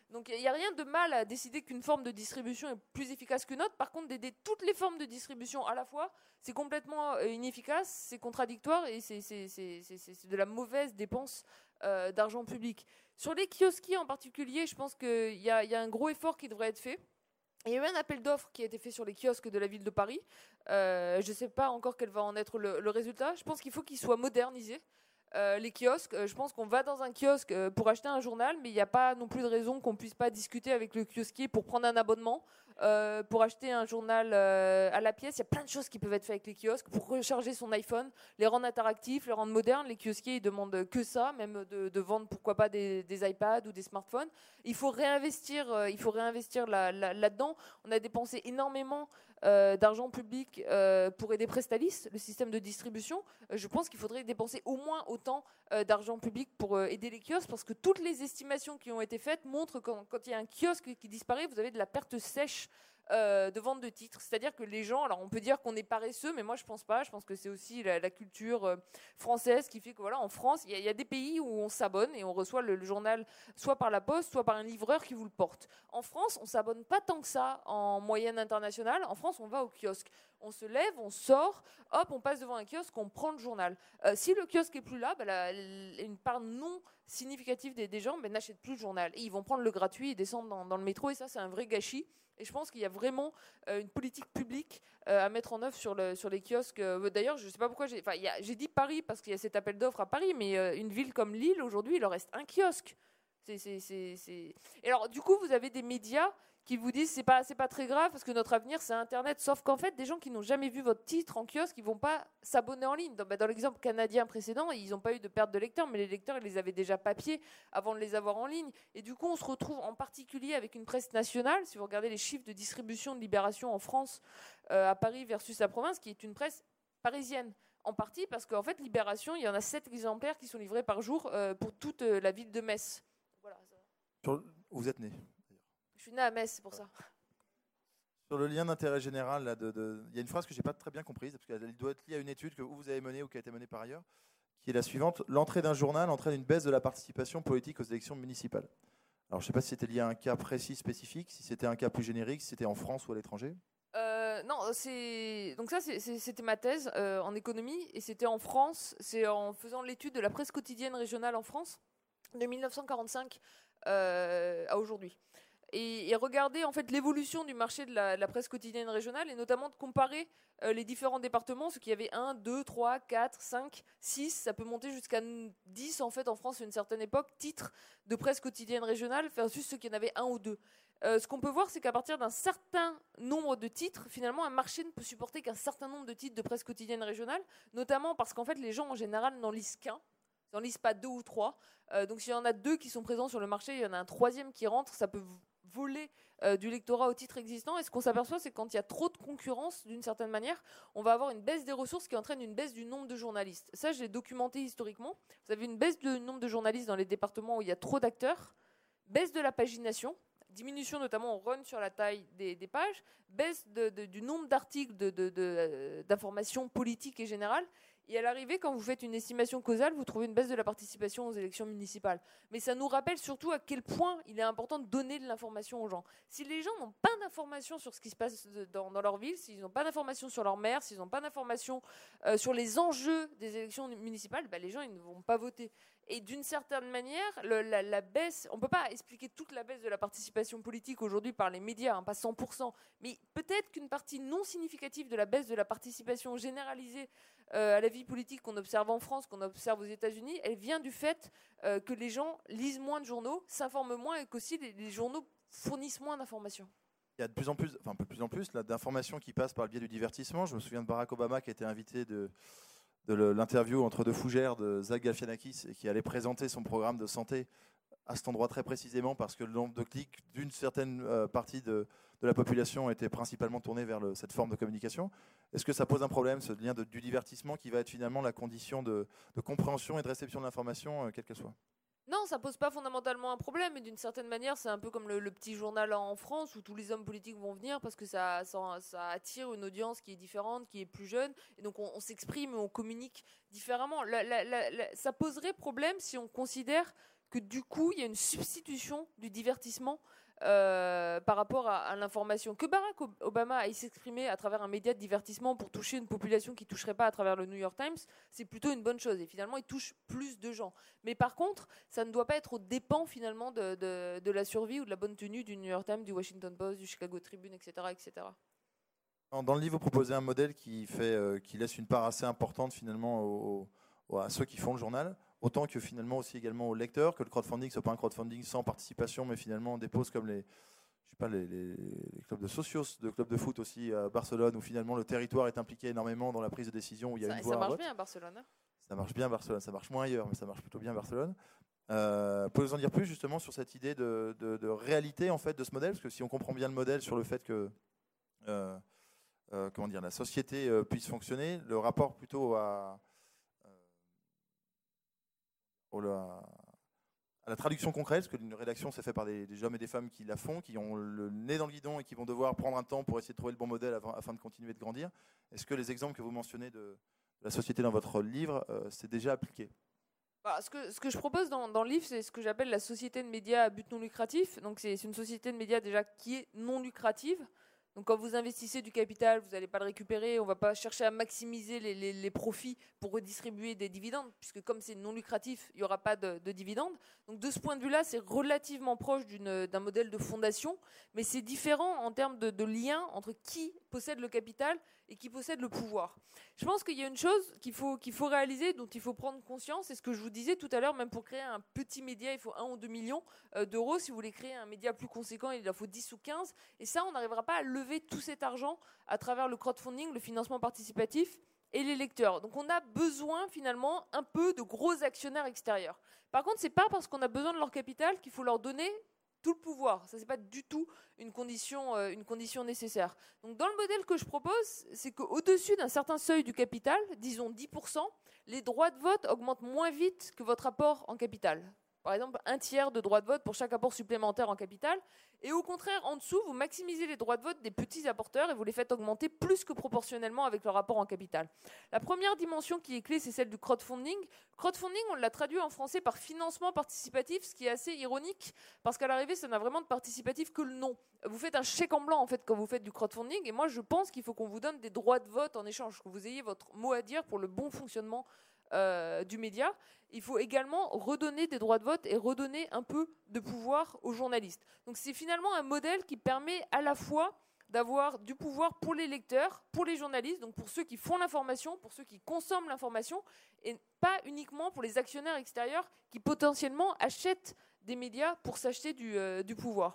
Donc il n'y a rien de mal à décider qu'une forme de distribution est plus efficace qu'une autre. Par contre, d'aider toutes les formes de distribution à la fois, c'est complètement euh, inefficace, c'est contradictoire et c'est, c'est, c'est, c'est, c'est de la mauvaise dépense euh, d'argent public. Sur les kiosquiers en particulier, je pense qu'il y a, y a un gros effort qui devrait être fait. Il y a eu un appel d'offres qui a été fait sur les kiosques de la ville de Paris. Euh, je ne sais pas encore quel va en être le, le résultat. Je pense qu'il faut qu'ils soient modernisés. Euh, les kiosques, euh, je pense qu'on va dans un kiosque euh, pour acheter un journal, mais il n'y a pas non plus de raison qu'on ne puisse pas discuter avec le kiosquier pour prendre un abonnement, euh, pour acheter un journal euh, à la pièce. Il y a plein de choses qui peuvent être faites avec les kiosques, pour recharger son iPhone, les rendre interactifs, les rendre modernes. Les kiosquiers, ils demandent que ça, même de, de vendre, pourquoi pas, des, des iPads ou des smartphones. Il faut réinvestir, euh, il faut réinvestir là, là, là-dedans. On a dépensé énormément Euh, d'argent public euh, pour aider Prestalis, le système de distribution. Euh, je pense qu'il faudrait dépenser au moins autant euh, d'argent public pour euh, aider les kiosques, parce que toutes les estimations qui ont été faites montrent que quand, quand il y a un kiosque qui disparaît, vous avez de la perte sèche euh, de vente de titres. C'est-à-dire que les gens, alors on peut dire qu'on est paresseux, mais moi je pense pas. Je pense que c'est aussi la, la culture euh, française qui fait que voilà, en France, il y, y a des pays où on s'abonne et on reçoit le, le journal soit par la poste, soit par un livreur qui vous le porte. En France, on s'abonne pas tant que ça en moyenne internationale. En France, on va au kiosque. On se lève, on sort, hop, on passe devant un kiosque, on prend le journal. Euh, si le kiosque est plus là, bah, la, la, une part non significative des, des gens bah, n'achètent plus le journal. Et ils vont prendre le gratuit et descendre dans, dans le métro. Et ça, c'est un vrai gâchis. Et je pense qu'il y a vraiment euh, une politique publique euh, à mettre en œuvre sur, le, sur les kiosques. Euh, d'ailleurs, je ne sais pas pourquoi j'ai, y a, j'ai dit Paris parce qu'il y a cet appel d'offres à Paris, mais euh, une ville comme Lille, aujourd'hui, il leur reste un kiosque. C'est, c'est, c'est, c'est... Et alors, du coup, vous avez des médias qui vous disent c'est pas c'est pas très grave parce que notre avenir c'est Internet. Sauf qu'en fait, des gens qui n'ont jamais vu votre titre en kiosque, ils vont pas s'abonner en ligne. Dans, bah, dans l'exemple canadien précédent, ils n'ont pas eu de perte de lecteurs, mais les lecteurs ils les avaient déjà papier avant de les avoir en ligne. Et du coup, on se retrouve en particulier avec une presse nationale. Si vous regardez les chiffres de distribution de Libération en France, euh, à Paris versus la province, qui est une presse parisienne. En partie parce qu'en fait, Libération, il y en a sept exemplaires qui sont livrés par jour euh, pour toute euh, la ville de Metz. Voilà.
Sur, vous êtes né.
Je suis née à Metz, c'est pour ça.
Sur le lien d'intérêt général, là, de, de, il y a une phrase que je n'ai pas très bien comprise, parce qu'elle doit être liée à une étude que vous avez menée ou qui a été menée par ailleurs, qui est la suivante. L'entrée d'un journal entraîne une baisse de la participation politique aux élections municipales. Alors, je ne sais pas si c'était lié à un cas précis, spécifique, si c'était un cas plus générique, si c'était en France ou à l'étranger.
Euh, non, c'est donc ça, c'est, c'est, c'était ma thèse euh, en économie, et c'était en France. C'est en faisant l'étude de la presse quotidienne régionale en France de mille neuf cent quarante-cinq euh, à aujourd'hui. Et, et regarder en fait l'évolution du marché de la, de la presse quotidienne régionale, et notamment de comparer euh, les différents départements, ce qu'il y avait un, deux, trois, quatre, cinq, six, ça peut monter jusqu'à dix en fait en France à une certaine époque, titres de presse quotidienne régionale versus ceux qui en avaient un ou deux. Euh, ce qu'on peut voir, c'est qu'à partir d'un certain nombre de titres, finalement, un marché ne peut supporter qu'un certain nombre de titres de presse quotidienne régionale, notamment parce qu'en fait, les gens en général n'en lisent qu'un. Ils n'en lisent pas deux ou trois. Euh, donc s'il y en a deux qui sont présents sur le marché, il y en a un troisième qui rentre, ça peut voler euh, du lectorat au titre existant. Et ce qu'on s'aperçoit, c'est que quand il y a trop de concurrence, d'une certaine manière, on va avoir une baisse des ressources qui entraîne une baisse du nombre de journalistes. Ça, je l'ai documenté historiquement. Vous avez une baisse du nombre de journalistes dans les départements où il y a trop d'acteurs, baisse de la pagination, diminution notamment, on run sur la taille des, des pages, baisse de, de, du nombre d'articles de, de, de, euh, d'informations politiques et générales. Et à l'arrivée, quand vous faites une estimation causale, vous trouvez une baisse de la participation aux élections municipales. Mais ça nous rappelle surtout à quel point il est important de donner de l'information aux gens. Si les gens n'ont pas d'informations sur ce qui se passe dans, dans leur ville, s'ils n'ont pas d'informations sur leur maire, s'ils n'ont pas d'informations euh, sur les enjeux des élections municipales, bah, les gens ils ne vont pas voter. Et d'une certaine manière, le, la, la baisse, on ne peut pas expliquer toute la baisse de la participation politique aujourd'hui par les médias, hein, pas cent pour cent, mais peut-être qu'une partie non significative de la baisse de la participation généralisée euh, à la vie politique qu'on observe en France, qu'on observe aux États-Unis, elle vient du fait euh, que les gens lisent moins de journaux, s'informent moins et qu'aussi les, les journaux fournissent moins d'informations.
Il y a de plus en plus, enfin un peu plus en plus, là, d'informations qui passent par le biais du divertissement. Je me souviens de Barack Obama qui a été invité de... de l'interview entre deux fougères de Zach Galifianakis et qui allait présenter son programme de santé à cet endroit très précisément parce que le nombre de clics d'une certaine euh, partie de, de la population était principalement tourné vers le, cette forme de communication. Est-ce que ça pose un problème, ce lien de, du divertissement qui va être finalement la condition de, de compréhension et de réception de l'information, euh, quelle qu'elle soit ?
Non, ça pose pas fondamentalement un problème, mais d'une certaine manière, c'est un peu comme le, le petit journal en France où tous les hommes politiques vont venir parce que ça, ça, ça attire une audience qui est différente, qui est plus jeune, et donc on, on s'exprime et on communique différemment. La, la, la, la, ça poserait problème si on considère que du coup, il y a une substitution du divertissement euh, par rapport à, à l'information. Que Barack Obama aille s'exprimer à travers un média de divertissement pour toucher une population qui ne toucherait pas à travers le New York Times, c'est plutôt une bonne chose. Et finalement, il touche plus de gens. Mais par contre, ça ne doit pas être aux dépens finalement de, de, de la survie ou de la bonne tenue du New York Times, du Washington Post, du Chicago Tribune, et cetera, et cetera.
Dans le livre, vous proposez un modèle qui, fait, euh, qui laisse une part assez importante finalement aux, aux, à ceux qui font le journal, autant que finalement aussi également aux lecteurs, que le crowdfunding ne soit pas un crowdfunding sans participation, mais finalement on dépose comme les, je sais pas, les, les, les clubs de socios, de clubs de foot aussi à Barcelone, où finalement le territoire est impliqué énormément dans la prise de décision, où il y a
ça,
une voix.
Ça marche
à vote.
bien à Barcelone. Hein
ça marche bien à Barcelone, ça marche moins ailleurs, mais ça marche plutôt bien à Barcelone. Euh, Pouvez-vous en dire plus justement sur cette idée de, de, de réalité en fait de ce modèle, parce que si on comprend bien le modèle sur le fait que euh, Euh, comment dire, la société euh, puisse fonctionner, le rapport plutôt à, euh, à, à la traduction concrète, parce qu'une rédaction c'est fait par des, des hommes et des femmes qui la font, qui ont le nez dans le guidon et qui vont devoir prendre un temps pour essayer de trouver le bon modèle avant, afin de continuer de grandir. Est-ce que les exemples que vous mentionnez de, de la société dans votre livre, euh, c'est déjà appliqué?
Bah, ce, que, ce que je propose dans, dans le livre, c'est ce que j'appelle la société de médias à but non lucratif. Donc c'est une société de médias déjà qui est non lucrative. Donc quand vous investissez du capital, vous n'allez pas le récupérer, on ne va pas chercher à maximiser les, les, les profits pour redistribuer des dividendes, puisque comme c'est non lucratif, il n'y aura pas de, de dividendes. Donc de ce point de vue-là, c'est relativement proche d'un modèle de fondation, mais c'est différent en termes de, de lien entre qui possède le capital et qui possède le pouvoir. Je pense qu'il y a une chose qu'il faut, qu'il faut réaliser, dont il faut prendre conscience, c'est ce que je vous disais tout à l'heure, même pour créer un petit média, il faut un ou deux millions d'euros. Si vous voulez créer un média plus conséquent, il en faut dix ou quinze. Et ça, on n'arrivera pas à lever tout cet argent à travers le crowdfunding, le financement participatif et les lecteurs. Donc on a besoin finalement un peu de gros actionnaires extérieurs. Par contre, c'est pas parce qu'on a besoin de leur capital qu'il faut leur donner tout le pouvoir. Ça, c'est pas du tout une condition, euh, une condition nécessaire. Donc dans le modèle que je propose, c'est qu'au-dessus d'un certain seuil du capital, disons dix pour cent, les droits de vote augmentent moins vite que votre apport en capital. Par exemple, un tiers de droits de vote pour chaque apport supplémentaire en capital. Et au contraire, en dessous, vous maximisez les droits de vote des petits apporteurs et vous les faites augmenter plus que proportionnellement avec leur apport en capital. La première dimension qui est clé, c'est celle du crowdfunding. Crowdfunding, on l'a traduit en français par financement participatif, ce qui est assez ironique, parce qu'à l'arrivée, ça n'a vraiment de participatif que le nom. Vous faites un chèque en blanc, en fait, quand vous faites du crowdfunding, et moi, je pense qu'il faut qu'on vous donne des droits de vote en échange, que vous ayez votre mot à dire pour le bon fonctionnement Euh, du média. Il faut également redonner des droits de vote et redonner un peu de pouvoir aux journalistes. Donc c'est finalement un modèle qui permet à la fois d'avoir du pouvoir pour les lecteurs, pour les journalistes, donc pour ceux qui font l'information, pour ceux qui consomment l'information, et pas uniquement pour les actionnaires extérieurs qui potentiellement achètent des médias pour s'acheter du, euh, du pouvoir.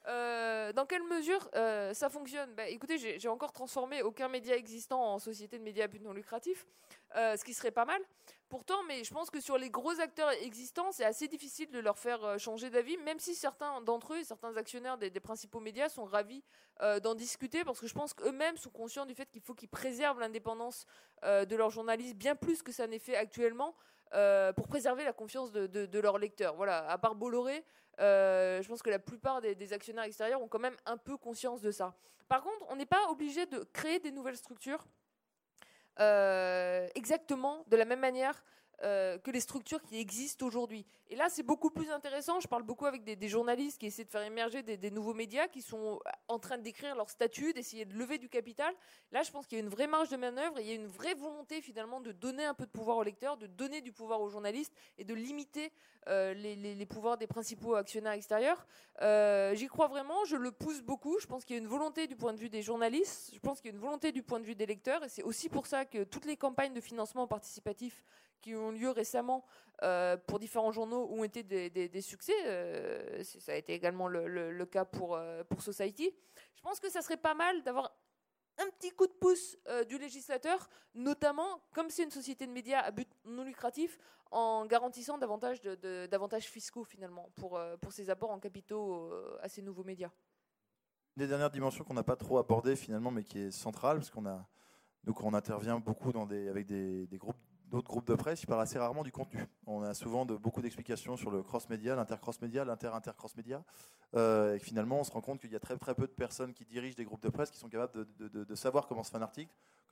Euh, dans quelle mesure euh, ça fonctionne? Bah, écoutez, j'ai encore transformé aucun média existant en société de médias à but non lucratif, euh, ce qui serait pas mal. Pourtant, mais je pense que sur les gros acteurs existants, c'est assez difficile de leur faire changer d'avis, même si certains d'entre eux, certains actionnaires des, des principaux médias sont ravis euh, d'en discuter, parce que je pense qu'eux-mêmes sont conscients du fait qu'il faut qu'ils préservent l'indépendance euh, de leurs journalistes bien plus que ça n'est fait actuellement, euh, pour préserver la confiance de, de, de leurs lecteurs. Voilà, à part Bolloré, Euh, je pense que la plupart des, des actionnaires extérieurs ont quand même un peu conscience de ça. Par contre, on n'est pas obligé de créer des nouvelles structures euh, exactement de la même manière euh, que les structures qui existent aujourd'hui. Et là, c'est beaucoup plus intéressant. Je parle beaucoup avec des, des journalistes qui essaient de faire émerger des, des nouveaux médias, qui sont en train de décrire leur statut, d'essayer de lever du capital. Là, je pense qu'il y a une vraie marge de manœuvre et il y a une vraie volonté finalement de donner un peu de pouvoir aux lecteurs, de donner du pouvoir aux journalistes et de limiter euh, les, les, les pouvoirs des principaux actionnaires extérieurs. Euh, J'y crois vraiment, je le pousse beaucoup. Je pense qu'il y a une volonté du point de vue des journalistes, je pense qu'il y a une volonté du point de vue des lecteurs, et c'est aussi pour ça que toutes les campagnes de financement participatif qui ont lieu récemment euh, pour différents journaux ont été des, des, des succès. Euh, ça a été également le, le, le cas pour, euh, pour Society. Je pense que ça serait pas mal d'avoir un petit coup de pouce euh, du législateur, notamment, comme c'est une société de médias à but non lucratif, en garantissant davantage de, de, d'avantages fiscaux, finalement, pour, euh, pour ces apports en capitaux euh, à ces nouveaux médias.
Une des dernières dimensions qu'on n'a pas trop abordées, finalement, mais qui est centrale, parce qu'on a, donc on intervient beaucoup dans des, avec des, des groupes d'autres groupes de presse, ils parlent assez rarement du contenu. On a souvent de, beaucoup d'explications sur le cross-média, l'inter-cross-média, l'inter-inter-cross-média. Euh, et finalement, on se rend compte qu'il y a très, très peu de personnes qui dirigent des groupes de presse qui sont capables de, de, de, de savoir comment se fait un article,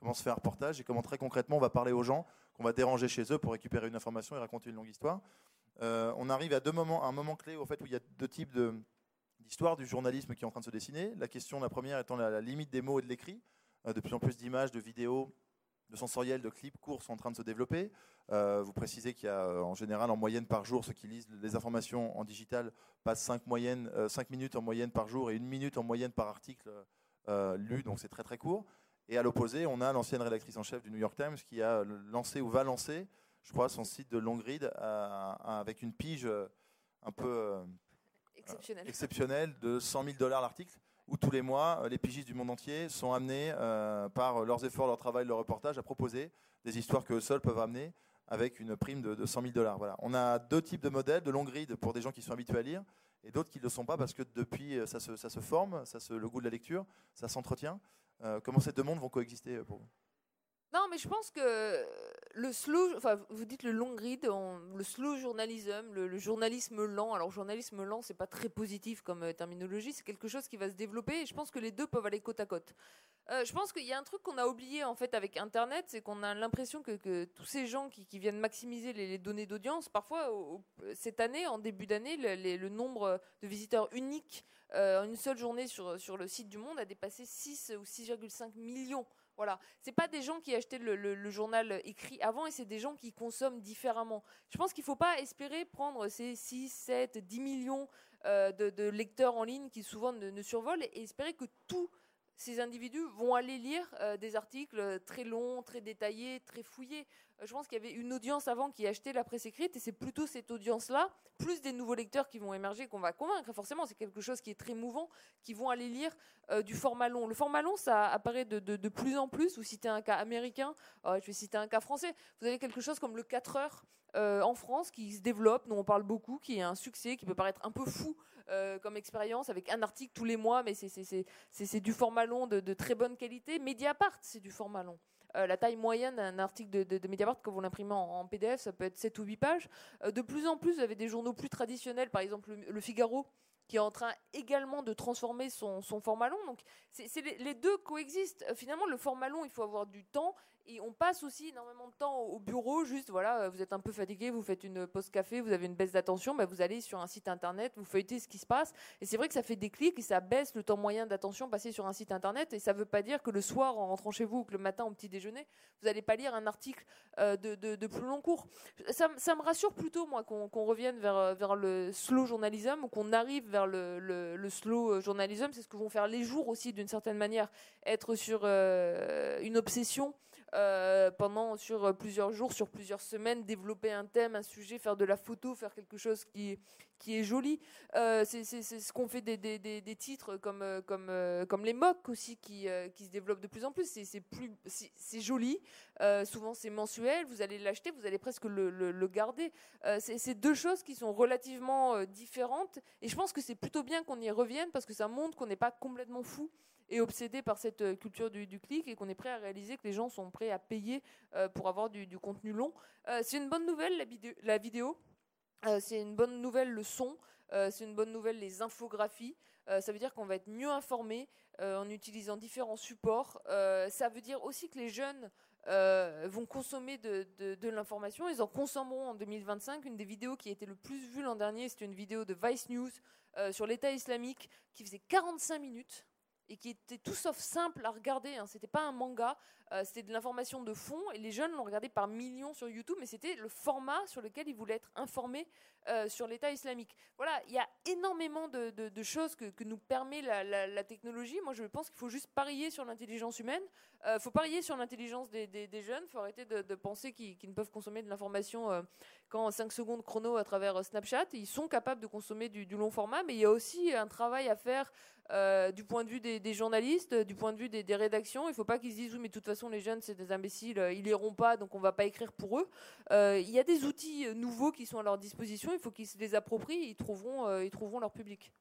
comment se fait un reportage et comment très concrètement on va parler aux gens, qu'on va déranger chez eux pour récupérer une information et raconter une longue histoire. Euh, on arrive à deux moments, à un moment clé au fait, où il y a deux types de, d'histoires du journalisme qui est en train de se dessiner. La question, la première étant la, la limite des mots et de l'écrit. Euh, de plus en plus d'images, de vidéos, de sensoriels, de clips courts sont en train de se développer. Euh, vous précisez qu'il y a euh, en général en moyenne par jour, ceux qui lisent les informations en digital passent cinq minutes en moyenne par jour et une minute en moyenne par article euh, lu, donc c'est très très court. Et à l'opposé, on a l'ancienne rédactrice en chef du New York Times qui a lancé ou va lancer, je crois, son site de long read à, à, avec une pige un peu euh,
Exceptionnel.
exceptionnelle de cent mille dollars l'article, où tous les mois, les pigistes du monde entier sont amenés euh, par leurs efforts, leur travail, leur reportage à proposer des histoires qu'eux seuls peuvent amener avec une prime de, de cent mille dollars. Voilà. On a deux types de modèles, de long read pour des gens qui sont habitués à lire et d'autres qui ne le sont pas parce que depuis, ça se, ça se forme, ça se, le goût de la lecture, ça s'entretient. Euh, comment ces deux mondes vont coexister pour vous ?
Non, mais je pense que le slow, enfin, vous dites le long read, on, le slow journalism, le, le journalisme lent. Alors, journalisme lent, c'est pas très positif comme euh, terminologie, c'est quelque chose qui va se développer et je pense que les deux peuvent aller côte à côte. Euh, je pense qu'il y a un truc qu'on a oublié en fait avec Internet, c'est qu'on a l'impression que, que tous ces gens qui, qui viennent maximiser les, les données d'audience, parfois au, au, cette année, en début d'année, le, les, le nombre de visiteurs uniques euh, en une seule journée sur, sur le site du Monde a dépassé six ou six virgule cinq millions. Voilà, c'est pas des gens qui achetaient le, le, le journal écrit avant et c'est des gens qui consomment différemment. Je pense qu'il faut pas espérer prendre ces six, sept, dix millions euh, de, de lecteurs en ligne qui souvent ne, ne survolent et espérer que tous ces individus vont aller lire euh, des articles très longs, très détaillés, très fouillés. Euh, je pense qu'il y avait une audience avant qui achetait la presse écrite et c'est plutôt cette audience-là, plus des nouveaux lecteurs qui vont émerger, qu'on va convaincre. Forcément, c'est quelque chose qui est très mouvant, qui vont aller lire euh, du format long. Le format long, ça apparaît de, de, de plus en plus. Vous citez un cas américain, euh, je vais citer un cas français. Vous avez quelque chose comme le quatre heures euh, en France qui se développe, dont on parle beaucoup, qui est un succès, qui peut paraître un peu fou euh, comme expérience, avec un article tous les mois, mais c'est, c'est, c'est, c'est, c'est du format long de, de très bonne qualité. Mediapart, c'est du format long. Euh, la taille moyenne d'un article de, de, de Mediapart, quand vous l'imprimez en, en P D F, ça peut être sept ou huit pages. Euh, de plus en plus, vous avez des journaux plus traditionnels, par exemple le, le Figaro, qui est en train également de transformer son, son format long. Donc, c'est, c'est les, les deux coexistent. Euh, finalement, le format long, il faut avoir du temps. Et on passe aussi énormément de temps au bureau. Juste, voilà, vous êtes un peu fatigué, vous faites une pause café, vous avez une baisse d'attention, bah, vous allez sur un site internet, vous feuilletez ce qui se passe. Et c'est vrai que ça fait des clics et ça baisse le temps moyen d'attention passé sur un site internet. Et ça ne veut pas dire que le soir, en rentrant chez vous, ou que le matin au petit déjeuner, vous n'allez pas lire un article euh, de, de, de plus long cours. Ça, ça me rassure plutôt, moi, qu'on, qu'on revienne vers, vers le slow journalism ou qu'on arrive vers le, le, le slow journalism. C'est ce que vont faire les jours aussi, d'une certaine manière, être sur euh, une obsession. Euh, pendant sur plusieurs jours, sur plusieurs semaines, développer un thème, un sujet, faire de la photo, faire quelque chose qui, qui est joli. Euh, c'est, c'est, c'est ce qu'on fait des, des, des, des titres comme, comme, comme les mocs aussi qui, qui se développent de plus en plus. C'est, c'est, plus, c'est, c'est joli, euh, souvent c'est mensuel, vous allez l'acheter, vous allez presque le, le, le garder. Euh, c'est, c'est deux choses qui sont relativement euh, différentes et je pense que c'est plutôt bien qu'on y revienne parce que ça montre qu'on n'est pas complètement fou et obsédé par cette culture du, du clic et qu'on est prêt à réaliser que les gens sont prêts à payer euh, pour avoir du, du contenu long. Euh, c'est une bonne nouvelle, la, bidé- la vidéo. Euh, c'est une bonne nouvelle, le son. Euh, c'est une bonne nouvelle, les infographies. Euh, ça veut dire qu'on va être mieux informé euh, en utilisant différents supports. Euh, ça veut dire aussi que les jeunes euh, vont consommer de, de, de l'information. Ils en consommeront en deux mille vingt-cinq. Une des vidéos qui a été le plus vue l'an dernier, c'était une vidéo de Vice News euh, sur l'État islamique qui faisait quarante-cinq minutes. Et qui était tout sauf simple à regarder. Hein. C'était pas un manga, euh, c'était de l'information de fond. Et les jeunes l'ont regardé par millions sur YouTube, mais c'était le format sur lequel ils voulaient être informés euh, sur l'État islamique. Voilà, il y a énormément de, de, de choses que, que nous permet la, la, la technologie. Moi, je pense qu'il faut juste parier sur l'intelligence humaine. Il euh, faut parier sur l'intelligence des, des, des jeunes. Il faut arrêter de, de penser qu'ils, qu'ils ne peuvent consommer de l'information euh, qu'en cinq secondes chrono à travers Snapchat. Ils sont capables de consommer du, du long format, mais il y a aussi un travail à faire Euh, du point de vue des, des journalistes, du point de vue des, des rédactions. Il ne faut pas qu'ils se disent oui mais de toute façon les jeunes c'est des imbéciles, euh, ils liront pas donc on va pas écrire pour eux. Euh, il y a des outils nouveaux qui sont à leur disposition, il faut qu'ils se les approprient, ils trouveront, euh, ils trouveront leur public.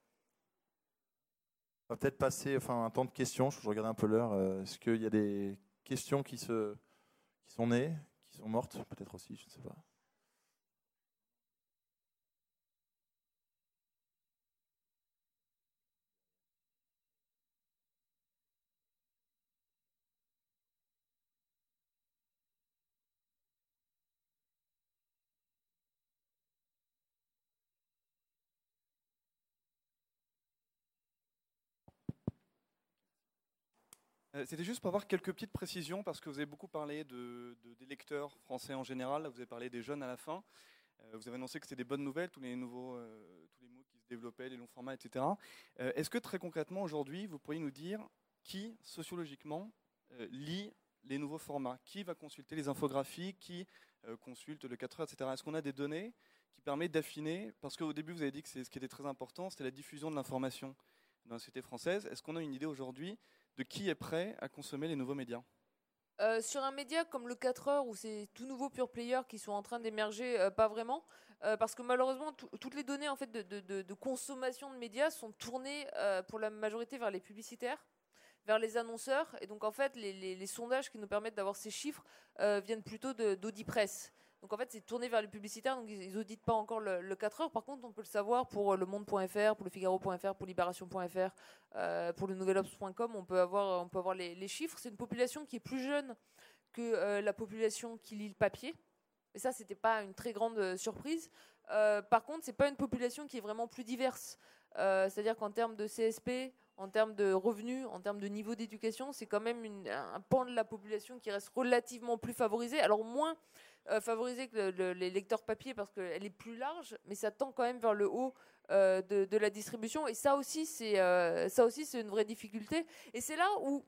On va peut-être passer enfin, un temps de questions, je regarde un peu l'heure. Euh, est-ce qu'il y a des questions qui, se, qui sont nées, qui sont mortes peut-être aussi, je ne sais pas.
Euh, C'était juste pour avoir quelques petites précisions, parce que vous avez beaucoup parlé de, de- des lecteurs français en général. Là, vous avez parlé des jeunes à la fin. Euh, vous avez annoncé que c'était des bonnes nouvelles, tous les nouveaux, euh, tous les mots qui se développaient, les longs formats, et cetera. Euh, Est-ce que très concrètement, aujourd'hui, vous pourriez nous dire qui, sociologiquement, euh, lit les nouveaux formats? Qui va consulter les infographies? Qui euh, consulte le quatre heures, et cetera. Est-ce qu'on a des données qui permettent d'affiner? Parce qu'au début, vous avez dit que c'est ce qui était très important, c'était la diffusion de l'information dans la société française. Est-ce qu'on a une idée aujourd'hui de qui est prêt à consommer les nouveaux médias?
Euh, sur un média comme le quatre heures, où c'est tout nouveaux pure players qui sont en train d'émerger, euh, pas vraiment, euh, parce que malheureusement, tout- toutes les données en fait, de, de- de- de consommation de médias sont tournées euh, pour la majorité vers les publicitaires, vers les annonceurs, et donc en fait, les, les- les sondages qui nous permettent d'avoir ces chiffres euh, viennent plutôt de- d'Audipress. Donc en fait, c'est tourné vers les publicitaires, donc ils n'auditent pas encore le, le quatre heures. Par contre, on peut le savoir pour le monde point F R, pour le Figaro point F R, pour Libération point F R, euh, pour le nouvel obs point com. On peut avoir, on peut avoir les, les chiffres. C'est une population qui est plus jeune que euh, la population qui lit le papier. Et ça, c'était pas une très grande euh, surprise. Euh, par contre, c'est pas une population qui est vraiment plus diverse. Euh, C'est-à-dire qu'en termes de C S P, en termes de revenus, en termes de niveau d'éducation, c'est quand même une, un pan de la population qui reste relativement plus favorisé. Alors moins euh, favorisé que le- le- les lecteurs papier parce qu'elle est plus large, mais ça tend quand même vers le haut euh, de, de la distribution. Et ça aussi, c'est euh, ça aussi, c'est une vraie difficulté. Et c'est là où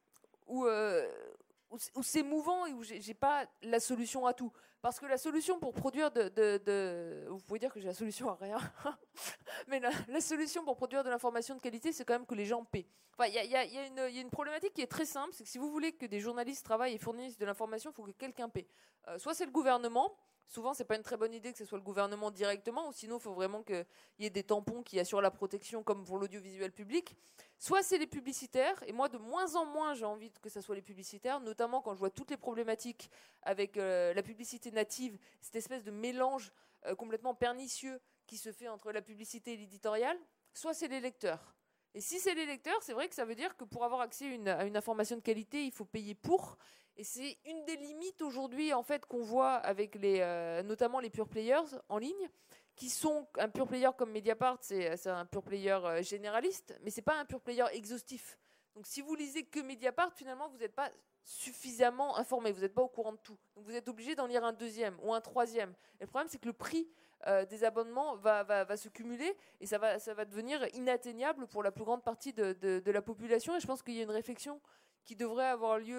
où, euh, où c'est- où c'est mouvant et où j'ai j'ai pas la solution à tout. Parce que la solution pour produire de... de- de- vous pouvez dire que j'ai la solution à rien, mais la, la solution pour produire de l'information de qualité, c'est quand même que les gens paient. Enfin, il y a, il y a- il y a une, il y a une problématique qui est très simple, c'est que si vous voulez que des journalistes travaillent et fournissent de l'information, il faut que quelqu'un paie. Euh, soit c'est le gouvernement. Souvent, c'est pas une très bonne idée que ce soit le gouvernement directement, ou sinon, il faut vraiment qu'il y ait des tampons qui assurent la protection, comme pour l'audiovisuel public. Soit c'est les publicitaires, et moi, de moins en moins, j'ai envie que ce soit les publicitaires, notamment quand je vois toutes les problématiques avec euh, la publicité native, cette espèce de mélange euh, complètement pernicieux qui se fait entre la publicité et l'éditorial. Soit c'est les lecteurs. Et si c'est les lecteurs, c'est vrai que ça veut dire que pour avoir accès à une, à une information de qualité, il faut payer pour. Et c'est une des limites aujourd'hui en fait qu'on voit avec les, euh, notamment les pure players en ligne, qui sont un pure player comme Mediapart, c'est c'est un pure player euh, généraliste, mais c'est pas un pure player exhaustif. Donc si vous lisez que Mediapart, finalement vous n'êtes pas suffisamment informé, vous n'êtes pas au courant de tout. Donc vous êtes obligé d'en lire un deuxième ou un troisième. Et le problème c'est que le prix euh, des abonnements va, va, va se cumuler et ça va, ça va devenir inatteignable pour la plus grande partie de, de, de la population. Et je pense qu'il y a une réflexion qui devrait avoir lieu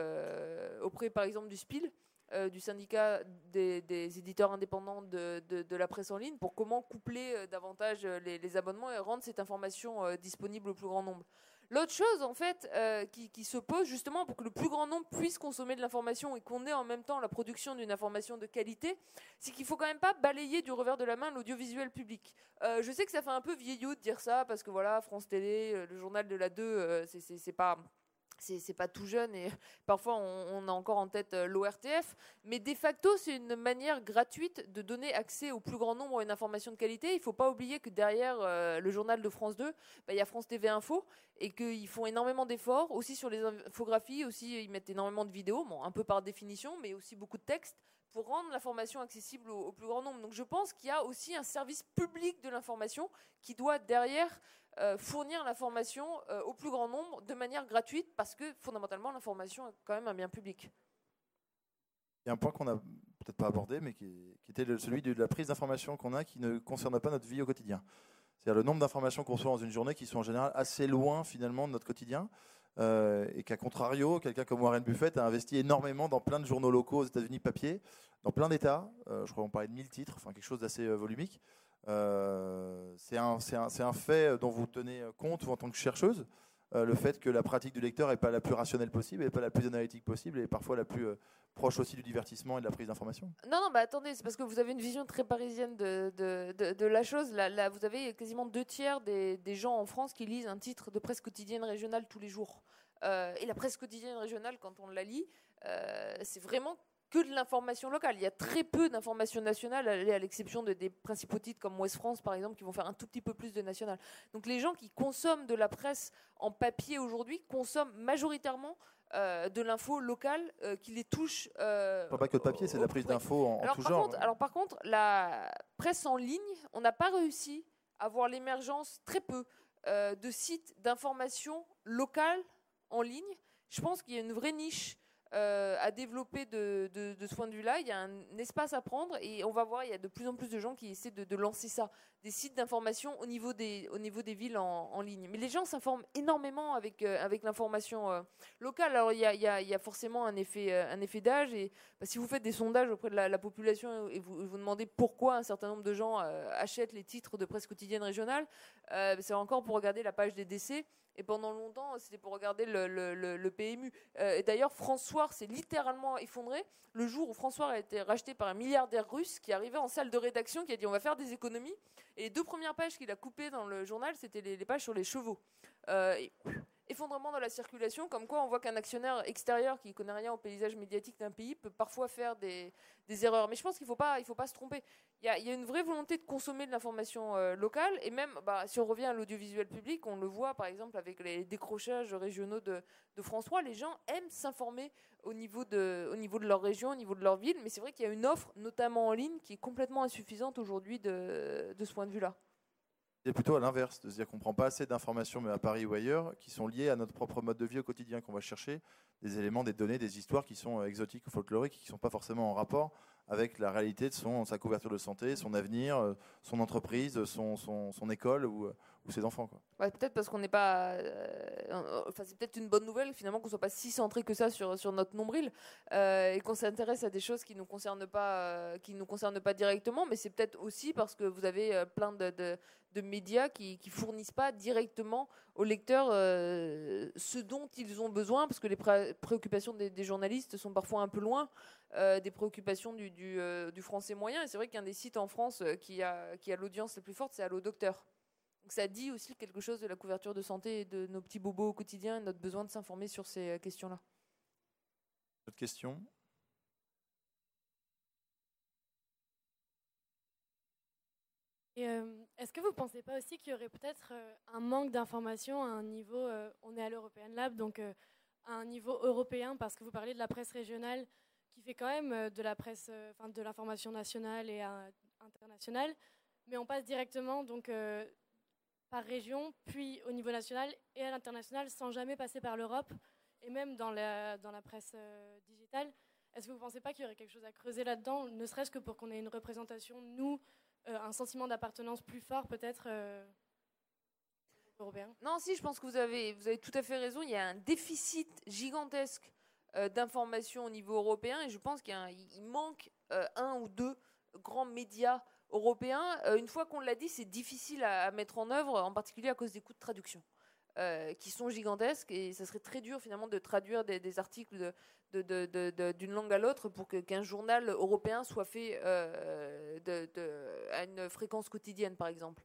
euh, auprès, par exemple, du S P I L, euh, du syndicat des, des éditeurs indépendants de, de, de la presse en ligne, pour comment coupler euh, davantage les, les abonnements et rendre cette information euh, disponible au plus grand nombre. L'autre chose, en fait, euh, qui, qui se pose justement pour que le plus grand nombre puisse consommer de l'information et qu'on ait en même temps la production d'une information de qualité, c'est qu'il faut quand même pas balayer du revers de la main l'audiovisuel public. Euh, je sais que ça fait un peu vieillot de dire ça, parce que voilà, France Télé, le journal de la deux, euh, c'est, c'est, c'est pas... C'est, c'est pas tout jeune et parfois on, on a encore en tête l'O R T F, mais de facto c'est une manière gratuite de donner accès au plus grand nombre à une information de qualité. Il ne faut pas oublier que derrière euh, le journal de France deux, bah, il y a France T V Info et qu'ils font énormément d'efforts aussi sur les infographies, aussi ils mettent énormément de vidéos, bon, un peu par définition, mais aussi beaucoup de textes pour rendre l'information accessible au, au plus grand nombre. Donc je pense qu'il y a aussi un service public de l'information qui doit derrière Euh, fournir l'information euh, au plus grand nombre de manière gratuite, parce que fondamentalement l'information est quand même un bien public.
Il y a un point qu'on n'a peut-être pas abordé, mais qui, qui était le, celui de la prise d'information qu'on a qui ne concerne pas notre vie au quotidien. C'est-à-dire le nombre d'informations qu'on reçoit dans une journée qui sont en général assez loin finalement de notre quotidien, euh, et qu'à contrario, quelqu'un comme Warren Buffett a investi énormément dans plein de journaux locaux aux États-Unis papier, dans plein d'États, euh, je crois qu'on parlait de mille titres, enfin quelque chose d'assez euh, volumique. Euh, c'est un, c'est un, c'est un fait dont vous tenez compte vous, en tant que chercheuse, euh, le fait que la pratique du lecteur n'est pas la plus rationnelle possible, n'est pas la plus analytique possible, et parfois la plus euh, proche aussi du divertissement et de la prise d'information.
Non, non, bah attendez, c'est parce que vous avez une vision très parisienne de, de, de, de la chose. Là, là, vous avez quasiment deux tiers des, des gens en France qui lisent un titre de presse quotidienne régionale tous les jours. Euh, et la presse quotidienne régionale, quand on la lit, euh, c'est vraiment que de l'information locale. Il y a très peu d'informations nationales, à l'exception de, des principaux titres comme Ouest France, par exemple, qui vont faire un tout petit peu plus de national. Donc les gens qui consomment de la presse en papier aujourd'hui consomment majoritairement euh, de l'info locale euh, qui les touche. Euh,
pas que de papier, c'est de la prise d'info en, en tout
par
genre.
Contre, alors par contre, la presse en ligne, on n'a pas réussi à avoir l'émergence, très peu, euh, de sites d'information locales en ligne. je pense qu'il y a une vraie niche euh, à développer de, de, de ce point de vue-là. Il y a un, un espace à prendre et on va voir, il y a de plus en plus de gens qui essaient de, de lancer ça, des sites d'information au niveau des, au niveau des villes en, en ligne. Mais les gens s'informent énormément avec, euh, avec l'information euh, locale. Alors il y a, il y a, il y a forcément un effet, euh, un effet d'âge. Et bah, si vous faites des sondages auprès de la, la population et vous, vous demandez pourquoi un certain nombre de gens euh, achètent les titres de presse quotidienne régionale, euh, c'est encore pour regarder la page des décès. Et pendant longtemps, c'était pour regarder le, le, le, le P M U. Euh, et d'ailleurs, François s'est littéralement effondré le jour où François a été racheté par un milliardaire russe qui arrivait en salle de rédaction, qui a dit on va faire des économies. Et les deux premières pages qu'il a coupées dans le journal, c'était les, les pages sur les chevaux. Euh, et, effondrement dans la circulation, comme quoi on voit qu'un actionnaire extérieur qui ne connaît rien au paysage médiatique d'un pays peut parfois faire des, des erreurs. Mais je pense qu'il ne faut pas, il faut pas se tromper. Il y a, il y a une vraie volonté de consommer de l'information euh, locale, et même bah, si on revient à l'audiovisuel public, on le voit par exemple avec les décrochages régionaux de, de France trois, les gens aiment s'informer au niveau, de, au niveau de leur région, au niveau de leur ville, mais c'est vrai qu'il y a une offre, notamment en ligne, qui est complètement insuffisante aujourd'hui de, de ce point de vue-là.
C'est plutôt à l'inverse, de se dire qu'on ne prend pas assez d'informations, mais à Paris ou ailleurs, qui sont liées à notre propre mode de vie au quotidien, qu'on va chercher des éléments, des données, des histoires qui sont exotiques ou folkloriques, qui ne sont pas forcément en rapport avec la réalité de son, sa couverture de santé, son avenir, son entreprise, son, son, son école ou, ou ses enfants, quoi.
Ouais, peut-être parce qu'on n'est pas... Euh, enfin, c'est peut-être une bonne nouvelle, finalement, qu'on ne soit pas si centré que ça sur, sur notre nombril euh, et qu'on s'intéresse à des choses qui ne nous concernent pas, euh, qui nous concernent pas directement, mais c'est peut-être aussi parce que vous avez euh, plein de, de, de médias qui ne fournissent pas directement aux lecteurs euh, ce dont ils ont besoin, parce que les pré- préoccupations des, des journalistes sont parfois un peu loin euh, des préoccupations du, du, euh, du français moyen. Et c'est vrai qu'un des sites en France qui a, qui a l'audience la plus forte, c'est Allo Docteur. Donc ça dit aussi quelque chose de la couverture de santé et de nos petits bobos au quotidien et notre besoin de s'informer sur ces questions-là.
Autre question ?
Et euh, est-ce que vous ne pensez pas aussi qu'il y aurait peut-être euh, un manque d'informations à un niveau, euh, on est à l'European Lab, donc euh, à un niveau européen, parce que vous parlez de la presse régionale qui fait quand même euh, de la presse, enfin euh, de l'information nationale et euh, internationale, mais on passe directement donc euh, par région, puis au niveau national et à l'international, sans jamais passer par l'Europe, et même dans la, dans la presse euh, digitale. Est-ce que vous ne pensez pas qu'il y aurait quelque chose à creuser là-dedans, ne serait-ce que pour qu'on ait une représentation, nous, euh, un sentiment d'appartenance plus fort peut-être euh, européen ?
Non, si, je pense que vous avez, vous avez tout à fait raison. Il y a un déficit gigantesque euh, d'informations au niveau européen, et je pense qu'il y a un, il manque euh, un ou deux grands médias européens. Euh, une fois qu'on l'a dit, c'est difficile à, à mettre en œuvre, en particulier à cause des coûts de traduction. Euh, qui sont gigantesques, et ça serait très dur finalement de traduire des, des articles de, de, de, de, de, d'une langue à l'autre pour que, qu'un journal européen soit fait euh, de, de, à une fréquence quotidienne par exemple.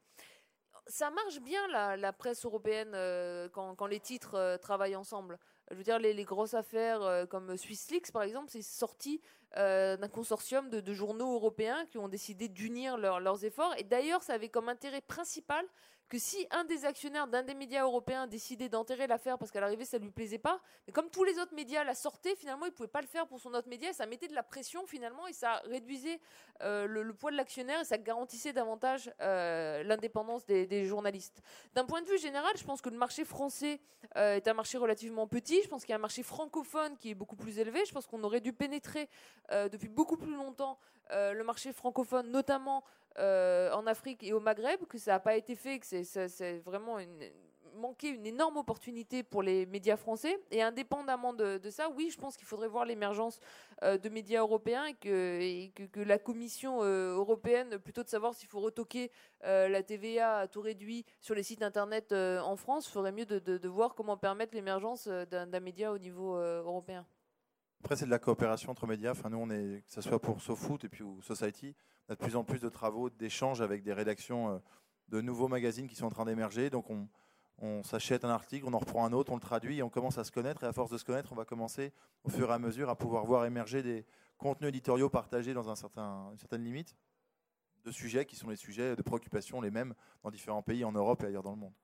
Ça marche bien la, la presse européenne euh, quand, quand les titres euh, travaillent ensemble. Je veux dire, les, les grosses affaires euh, comme SwissLeaks par exemple, c'est sorti euh, d'un consortium de, de journaux européens qui ont décidé d'unir leur, leurs efforts, et d'ailleurs ça avait comme intérêt principal que si un des actionnaires d'un des médias européens décidait d'enterrer l'affaire parce qu'à l'arrivée ça lui plaisait pas, mais comme tous les autres médias la sortaient, finalement il pouvait pas le faire pour son autre média, et ça mettait de la pression finalement, et ça réduisait euh, le, le poids de l'actionnaire, et ça garantissait davantage euh, l'indépendance des, des journalistes. D'un point de vue général, je pense que le marché français euh, est un marché relativement petit. Je pense qu'il y a un marché francophone qui est beaucoup plus élevé. Je pense qu'on aurait dû pénétrer euh, depuis beaucoup plus longtemps euh, le marché francophone, notamment Euh, en Afrique et au Maghreb, que ça n'a pas été fait, que c'est, c'est, c'est vraiment une, manqué une énorme opportunité pour les médias français. Et indépendamment de, de ça, oui, je pense qu'il faudrait voir l'émergence euh, de médias européens, et que, et que, que la Commission euh, européenne, plutôt de savoir s'il faut retoquer euh, la T V A à taux réduit sur les sites internet euh, en France, ferait mieux de, de, de voir comment permettre l'émergence d'un, d'un média au niveau euh, européen.
Après, c'est de la coopération entre médias. Enfin, nous, on est, que ce soit pour SoFoot et puis ou Society, on a de plus en plus de travaux, d'échanges avec des rédactions de nouveaux magazines qui sont en train d'émerger. Donc, on, on s'achète un article, on en reprend un autre, on le traduit et on commence à se connaître. Et à force de se connaître, on va commencer au fur et à mesure à pouvoir voir émerger des contenus éditoriaux partagés dans un certain, une certaine limite de sujets qui sont les sujets de préoccupation les mêmes dans différents pays, en Europe et ailleurs dans le monde.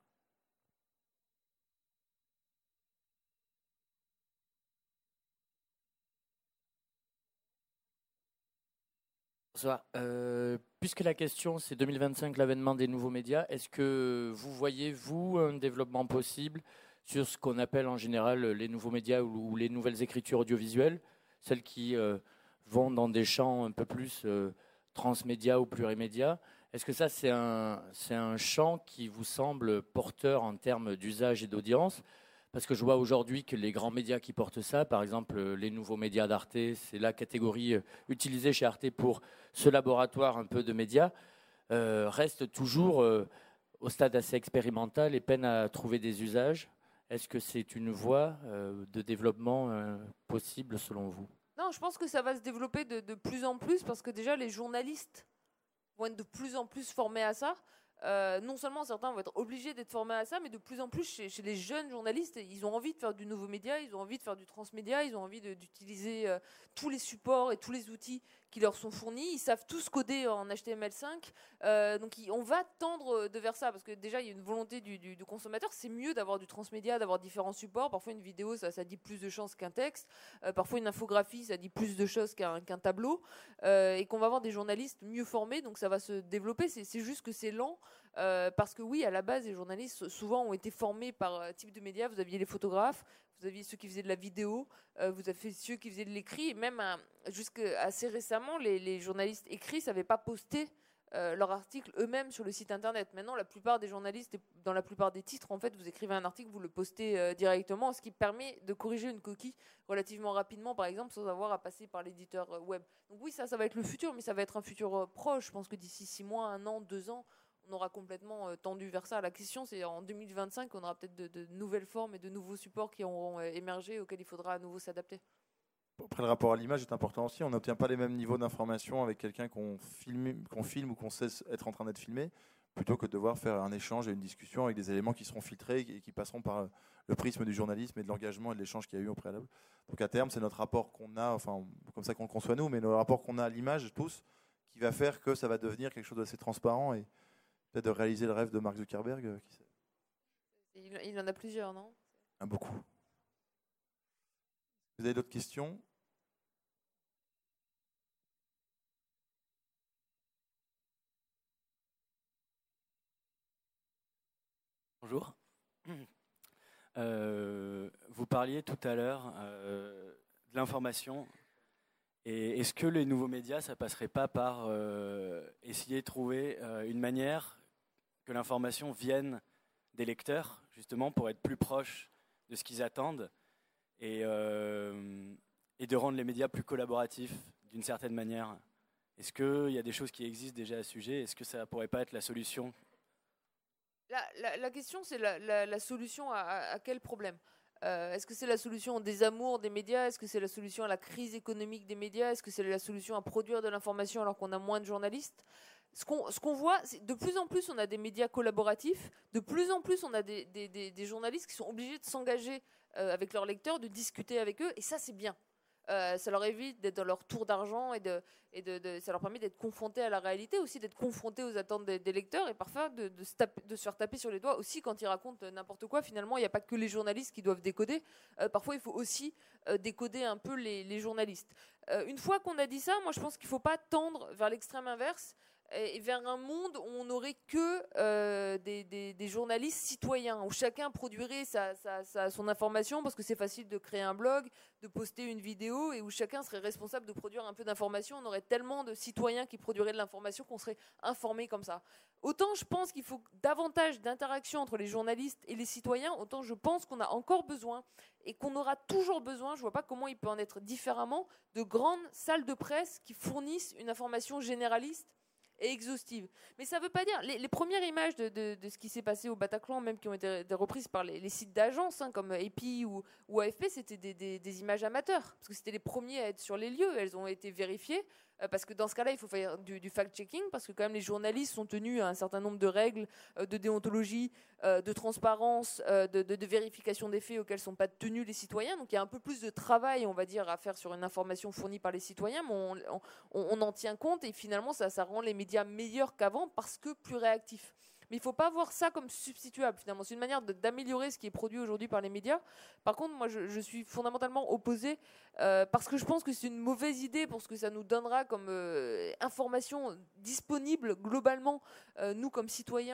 Bonsoir. Euh, puisque la question c'est deux mille vingt-cinq, l'avènement des nouveaux médias, est-ce que vous voyez, vous, un développement possible sur ce qu'on appelle en général les nouveaux médias ou, ou les nouvelles écritures audiovisuelles, celles qui euh, vont dans des champs un peu plus euh, transmédia ou plurimédia. Est-ce que ça, c'est un, c'est un champ qui vous semble porteur en termes d'usage et d'audience ? Parce que je vois aujourd'hui que les grands médias qui portent ça, par exemple les nouveaux médias d'Arte, c'est la catégorie utilisée chez Arte pour ce laboratoire un peu de médias, euh, restent toujours euh, au stade assez expérimental et peinent à trouver des usages. Est-ce que c'est une voie euh, de développement euh, possible selon vous ?
Non, je pense que ça va se développer de, de plus en plus parce que déjà les journalistes vont être de plus en plus formés à ça. Euh, non seulement certains vont être obligés d'être formés à ça, mais de plus en plus chez, chez les jeunes journalistes, ils ont envie de faire du nouveau média, ils ont envie de faire du transmédia, ils ont envie de, d'utiliser euh, tous les supports et tous les outils qui leur sont fournis. Ils savent tous coder en H T M L cinq. Euh, donc il, on va tendre de vers ça, parce que déjà il y a une volonté du, du, du consommateur. C'est mieux d'avoir du transmédia, d'avoir différents supports. Parfois une vidéo, ça, ça dit plus de chances qu'un texte. Euh, parfois une infographie, ça dit plus de choses qu'un, qu'un tableau. Euh, et qu'on va avoir des journalistes mieux formés, donc ça va se développer. C'est, c'est juste que c'est lent. Euh, parce que oui, à la base, les journalistes souvent ont été formés par euh, type de médias. Vous aviez les photographes, vous aviez ceux qui faisaient de la vidéo, euh, vous avez ceux qui faisaient de l'écrit. Et même euh, jusqu'à assez récemment, les, les journalistes écrits ne savaient pas poster euh, leurs articles eux-mêmes sur le site internet. Maintenant, la plupart des journalistes, dans la plupart des titres, en fait, vous écrivez un article, vous le postez euh, directement, ce qui permet de corriger une coquille relativement rapidement, par exemple, sans avoir à passer par l'éditeur euh, web. Donc oui, ça, ça va être le futur, mais ça va être un futur euh, proche. Je pense que d'ici six mois, un an, deux ans, on aura complètement euh, tendu vers ça. La question, c'est en deux mille vingt-cinq, on aura peut-être de, de nouvelles formes et de nouveaux supports qui auront euh, émergé, auxquels il faudra à nouveau s'adapter.
Après, le rapport à l'image est important aussi. On n'obtient pas les mêmes niveaux d'information avec quelqu'un qu'on filme, qu'on filme ou qu'on sait être en train d'être filmé, plutôt que de devoir faire un échange et une discussion avec des éléments qui seront filtrés et qui passeront par le prisme du journalisme et de l'engagement et de l'échange qu'il y a eu au préalable. Donc à terme, c'est notre rapport qu'on a, enfin comme ça qu'on le conçoit nous, mais le rapport qu'on a à l'image tous, qui va faire que ça va devenir quelque chose d'assez transparent et peut-être de réaliser le rêve de Mark Zuckerberg. Euh, qui sait.
Il, il en a plusieurs, non ?
Ah, beaucoup. Vous avez d'autres questions ?
Bonjour. Euh, vous parliez tout à l'heure euh, de l'information. Et est-ce que les nouveaux médias, ça passerait pas par euh, essayer de trouver euh, une manière que l'information vienne des lecteurs, justement, pour être plus proche de ce qu'ils attendent et, euh, et de rendre les médias plus collaboratifs d'une certaine manière ? Est-ce qu'il y a des choses qui existent déjà à ce sujet ? Est-ce que ça pourrait pas être la solution ?
La, la, la question, c'est la, la, la solution à, à, à quel problème ? euh, Est-ce que c'est la solution au désamour des médias ? Est-ce que c'est la solution à la crise économique des médias ? Est-ce que c'est la solution à produire de l'information alors qu'on a moins de journalistes ? Ce qu'on, ce qu'on voit, c'est de plus en plus, on a des médias collaboratifs. De plus en plus, on a des, des, des, des journalistes qui sont obligés de s'engager euh, avec leurs lecteurs, de discuter avec eux. Et ça, c'est bien. Euh, ça leur évite d'être dans leur tour d'argent et, de, et de, de, ça leur permet d'être confrontés à la réalité, aussi d'être confrontés aux attentes des, des lecteurs et parfois de, de, se taper, de se faire taper sur les doigts aussi quand ils racontent n'importe quoi. Finalement, il n'y a pas que les journalistes qui doivent décoder. Euh, parfois, il faut aussi euh, décoder un peu les, les journalistes. Euh, une fois qu'on a dit ça, moi je pense qu'il ne faut pas tendre vers l'extrême inverse et vers un monde où on n'aurait que euh, des, des, des journalistes citoyens, où chacun produirait sa, sa, sa, son information parce que c'est facile de créer un blog, de poster une vidéo, et où chacun serait responsable de produire un peu d'information. On aurait tellement de citoyens qui produiraient de l'information qu'on serait informés comme ça. Autant je pense qu'il faut davantage d'interaction entre les journalistes et les citoyens, autant je pense qu'on a encore besoin, et qu'on aura toujours besoin, je ne vois pas comment il peut en être différemment, de grandes salles de presse qui fournissent une information généraliste et exhaustive. Mais ça ne veut pas dire... Les, les premières images de, de, de ce qui s'est passé au Bataclan, même qui ont été reprises par les, les sites d'agences, hein, comme A P ou, ou A F P, c'était des, des, des images amateurs, parce que c'était les premiers à être sur les lieux. Elles ont été vérifiées, euh, parce que dans ce cas-là, il faut faire du, du fact-checking, parce que quand même les journalistes sont tenus à un certain nombre de règles euh, de déontologie, euh, de transparence, euh, de, de, de vérification des faits auxquels ne sont pas tenus les citoyens. Donc il y a un peu plus de travail, on va dire, à faire sur une information fournie par les citoyens, mais on, on, on en tient compte, et finalement, ça, ça rend les médias meilleurs qu'avant, parce que plus réactifs. Mais il ne faut pas voir ça comme substituable, finalement. C'est une manière de, d'améliorer ce qui est produit aujourd'hui par les médias. Par contre, moi, je, je suis fondamentalement opposée euh, parce que je pense que c'est une mauvaise idée pour ce que ça nous donnera comme euh, information disponible globalement, euh, nous, comme citoyens,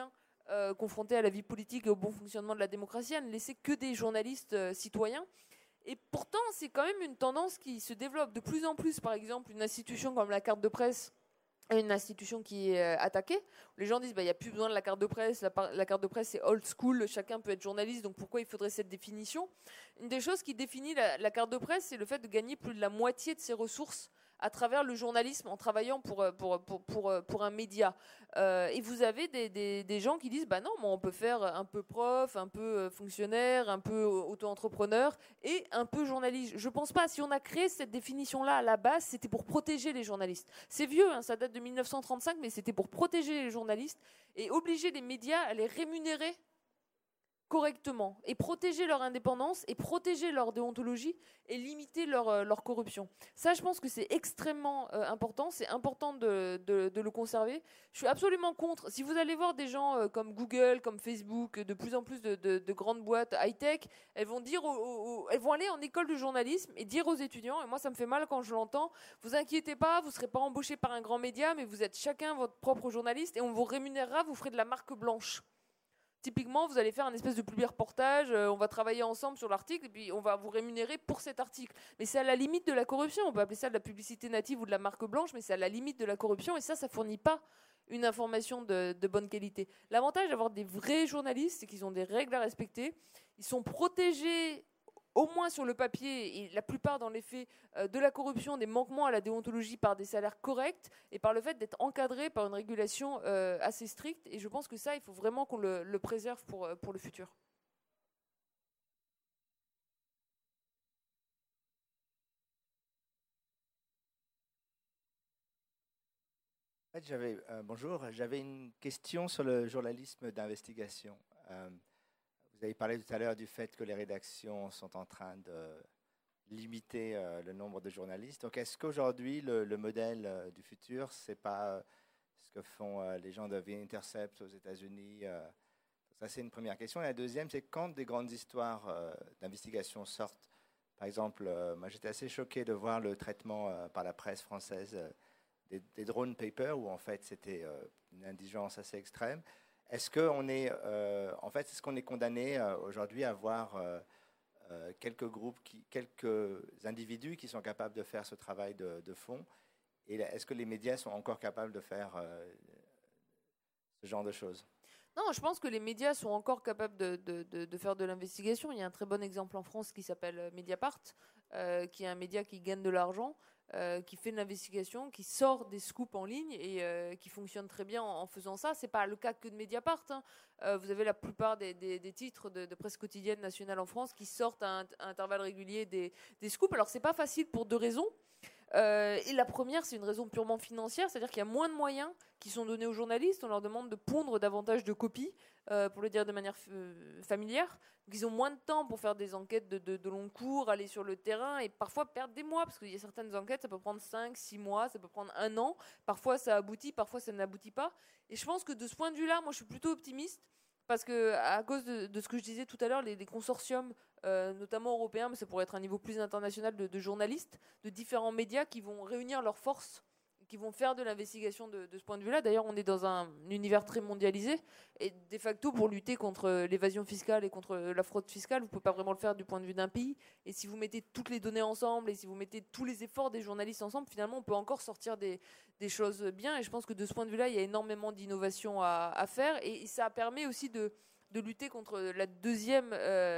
euh, confrontés à la vie politique et au bon fonctionnement de la démocratie, à ne laisser que des journalistes euh, citoyens. Et pourtant, c'est quand même une tendance qui se développe de plus en plus. Par exemple, une institution comme la carte de presse est une institution qui est euh, attaquée. Les gens disent, bah, il n'y a plus besoin de la carte de presse. La, par- la carte de presse, c'est old school. Chacun peut être journaliste. Donc pourquoi il faudrait cette définition ? Une des choses qui définit la, la carte de presse, c'est le fait de gagner plus de la moitié de ses ressources à travers le journalisme, en travaillant pour, pour, pour, pour, pour un média. Euh, et vous avez des, des, des gens qui disent, bah non, mais on peut faire un peu prof, un peu fonctionnaire, un peu auto-entrepreneur et un peu journaliste. Je pense pas. Si on a créé cette définition-là à la base, c'était pour protéger les journalistes. C'est vieux, hein, ça date de mille neuf cent trente-cinq, mais c'était pour protéger les journalistes et obliger les médias à les rémunérer correctement et protéger leur indépendance et protéger leur déontologie et limiter leur, euh, leur corruption. Ça, je pense que c'est extrêmement euh, important. C'est important de, de, de le conserver. Je suis absolument contre. Si vous allez voir des gens euh, comme Google, comme Facebook, de plus en plus de, de, de grandes boîtes high-tech, elles vont, dire aux, aux, elles vont aller en école de journalisme et dire aux étudiants, et moi ça me fait mal quand je l'entends, vous inquiétez pas, vous ne serez pas embauché par un grand média, mais vous êtes chacun votre propre journaliste et on vous rémunérera, vous ferez de la marque blanche. Typiquement, vous allez faire un espèce de public reportage, euh, on va travailler ensemble sur l'article et puis on va vous rémunérer pour cet article. Mais c'est à la limite de la corruption. On peut appeler ça de la publicité native ou de la marque blanche, mais c'est à la limite de la corruption et ça, ça fournit pas une information de, de bonne qualité. L'avantage d'avoir des vrais journalistes, c'est qu'ils ont des règles à respecter. Ils sont protégés, au moins sur le papier, et la plupart dans les faits, euh, de la corruption, des manquements à la déontologie par des salaires corrects et par le fait d'être encadrés par une régulation euh, assez stricte. Et je pense que ça, il faut vraiment qu'on le, le préserve pour, pour le futur.
En fait, j'avais, euh, bonjour, j'avais une question sur le journalisme d'investigation. Euh, Vous avez parlé tout à l'heure du fait que les rédactions sont en train de limiter euh, le nombre de journalistes. Donc, est-ce qu'aujourd'hui, le, le modèle euh, du futur, c'est pas euh, ce que font euh, les gens de The Intercept aux États-Unis euh, Ça, c'est une première question. Et la deuxième, c'est quand des grandes histoires euh, d'investigation sortent. Par exemple, euh, moi, j'étais assez choqué de voir le traitement euh, par la presse française euh, des, des drone papers, où en fait, c'était euh, une indigence assez extrême. Est-ce qu'on est, euh, en fait, est-ce qu'on est condamné euh, aujourd'hui à voir euh, euh, quelques groupes, qui, quelques individus qui sont capables de faire ce travail de, de fond? Et est-ce que les médias sont encore capables de faire euh, ce genre de choses?
Non, je pense que les médias sont encore capables de, de, de, de faire de l'investigation. Il y a un très bon exemple en France qui s'appelle Mediapart, euh, qui est un média qui gagne de l'argent, Euh, qui fait de l'investigation, qui sort des scoops en ligne et euh, qui fonctionne très bien en, en faisant ça. C'est pas le cas que de Mediapart. Hein. Euh, vous avez la plupart des, des, des titres de, de presse quotidienne nationale en France qui sortent à, un, à intervalles réguliers des, des scoops. Alors c'est pas facile pour deux raisons. Euh, et la première, c'est une raison purement financière, c'est-à-dire qu'il y a moins de moyens qui sont donnés aux journalistes. On leur demande de pondre davantage de copies, euh, pour le dire de manière f- familière. Donc, ils ont moins de temps pour faire des enquêtes de, de, de long cours, aller sur le terrain et parfois perdre des mois, parce qu'il y a certaines enquêtes, ça peut prendre cinq, six mois, ça peut prendre un an. Parfois, ça aboutit, parfois, ça n'aboutit pas. Et je pense que de ce point de vue-là, moi, je suis plutôt optimiste. Parce que, à cause de, de ce que je disais tout à l'heure, les, les consortiums, euh, notamment européens, mais ça pourrait être un niveau plus international de, de journalistes, de différents médias qui vont réunir leurs forces, qui vont faire de l'investigation de, de ce point de vue-là. D'ailleurs, on est dans un univers très mondialisé, et de facto, pour lutter contre l'évasion fiscale et contre la fraude fiscale, vous ne pouvez pas vraiment le faire du point de vue d'un pays. Et si vous mettez toutes les données ensemble, et si vous mettez tous les efforts des journalistes ensemble, finalement, on peut encore sortir des, des choses bien. Et je pense que de ce point de vue-là, il y a énormément d'innovation à, à faire, et, et ça permet aussi de, de lutter contre la deuxième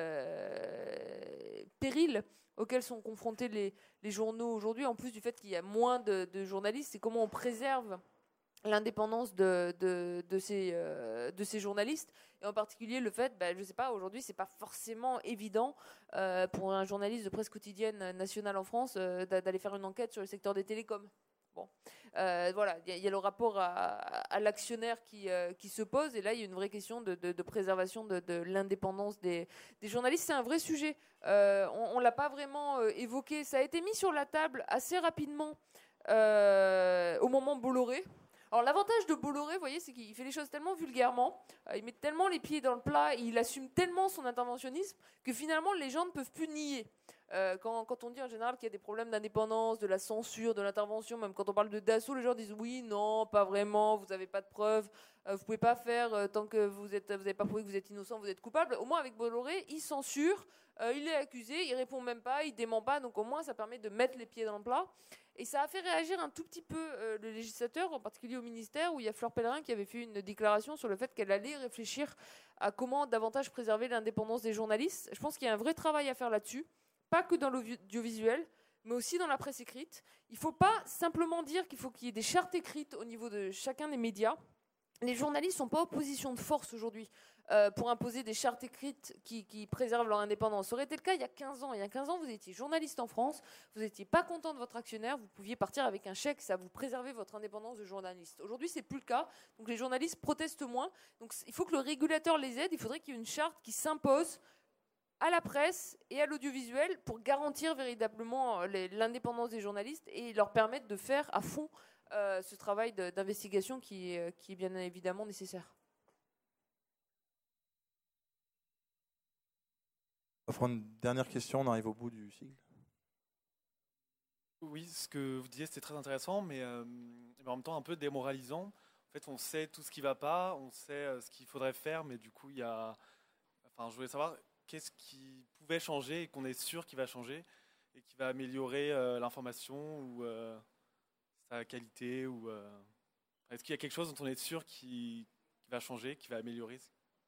euh, péril auxquels sont confrontés les, les journaux aujourd'hui, en plus du fait qu'il y a moins de, de journalistes, c'est comment on préserve l'indépendance de, de, de, ces, euh, de ces journalistes, et en particulier le fait, bah, je ne sais pas, aujourd'hui, ce n'est pas forcément évident euh, pour un journaliste de presse quotidienne nationale en France euh, d'aller faire une enquête sur le secteur des télécoms. Bon, euh, voilà, il y, y a le rapport à, à l'actionnaire qui, euh, qui se pose, et là il y a une vraie question de, de, de préservation de, de l'indépendance des, des journalistes. C'est un vrai sujet. Euh, on ne l'a pas vraiment euh, évoqué. Ça a été mis sur la table assez rapidement euh, au moment Bolloré. Alors l'avantage de Bolloré, vous voyez, c'est qu'il fait les choses tellement vulgairement, euh, il met tellement les pieds dans le plat, et il assume tellement son interventionnisme que finalement les gens ne peuvent plus nier. Euh, quand, quand on dit en général qu'il y a des problèmes d'indépendance, de la censure, de l'intervention, même quand on parle de Dassault, les gens disent oui, non, pas vraiment, vous n'avez pas de preuves, euh, vous ne pouvez pas faire euh, tant que vous n'avez vous pas prouvé que vous êtes innocent, vous êtes coupable. Au moins avec Bolloré, il censure, euh, il est accusé, il répond même pas, il dément pas, donc au moins ça permet de mettre les pieds dans le plat. Et ça a fait réagir un tout petit peu euh, le législateur, en particulier au ministère, où il y a Fleur Pellerin qui avait fait une déclaration sur le fait qu'elle allait réfléchir à comment davantage préserver l'indépendance des journalistes. Je pense qu'il y a un vrai travail à faire là-dessus. Pas que dans l'audiovisuel, mais aussi dans la presse écrite. Il ne faut pas simplement dire qu'il faut qu'il y ait des chartes écrites au niveau de chacun des médias. Les journalistes ne sont pas en position de force aujourd'hui euh, pour imposer des chartes écrites qui, qui préservent leur indépendance. Ça aurait été le cas il y a quinze ans. Il y a quinze ans, vous étiez journaliste en France, vous n'étiez pas content de votre actionnaire, vous pouviez partir avec un chèque, ça vous préservait votre indépendance de journaliste. Aujourd'hui, ce n'est plus le cas. Donc les journalistes protestent moins. Donc il faut que le régulateur les aide. Il faudrait qu'il y ait une charte qui s'impose à la presse et à l'audiovisuel pour garantir véritablement l'indépendance des journalistes et leur permettre de faire à fond euh, ce travail d'investigation qui, qui est bien évidemment nécessaire.
On va prendre une dernière question, on arrive au bout du cycle.
Oui, ce que vous disiez, c'était très intéressant, mais, euh, mais en même temps un peu démoralisant. En fait, on sait tout ce qui ne va pas, on sait euh, ce qu'il faudrait faire, mais du coup, il y a... Enfin, je voulais savoir... Qu'est-ce qui pouvait changer et qu'on est sûr qu'il va changer et qui va améliorer euh, l'information ou euh, sa qualité ou euh... est-ce qu'il y a quelque chose dont on est sûr qui, qui va changer, qui va améliorer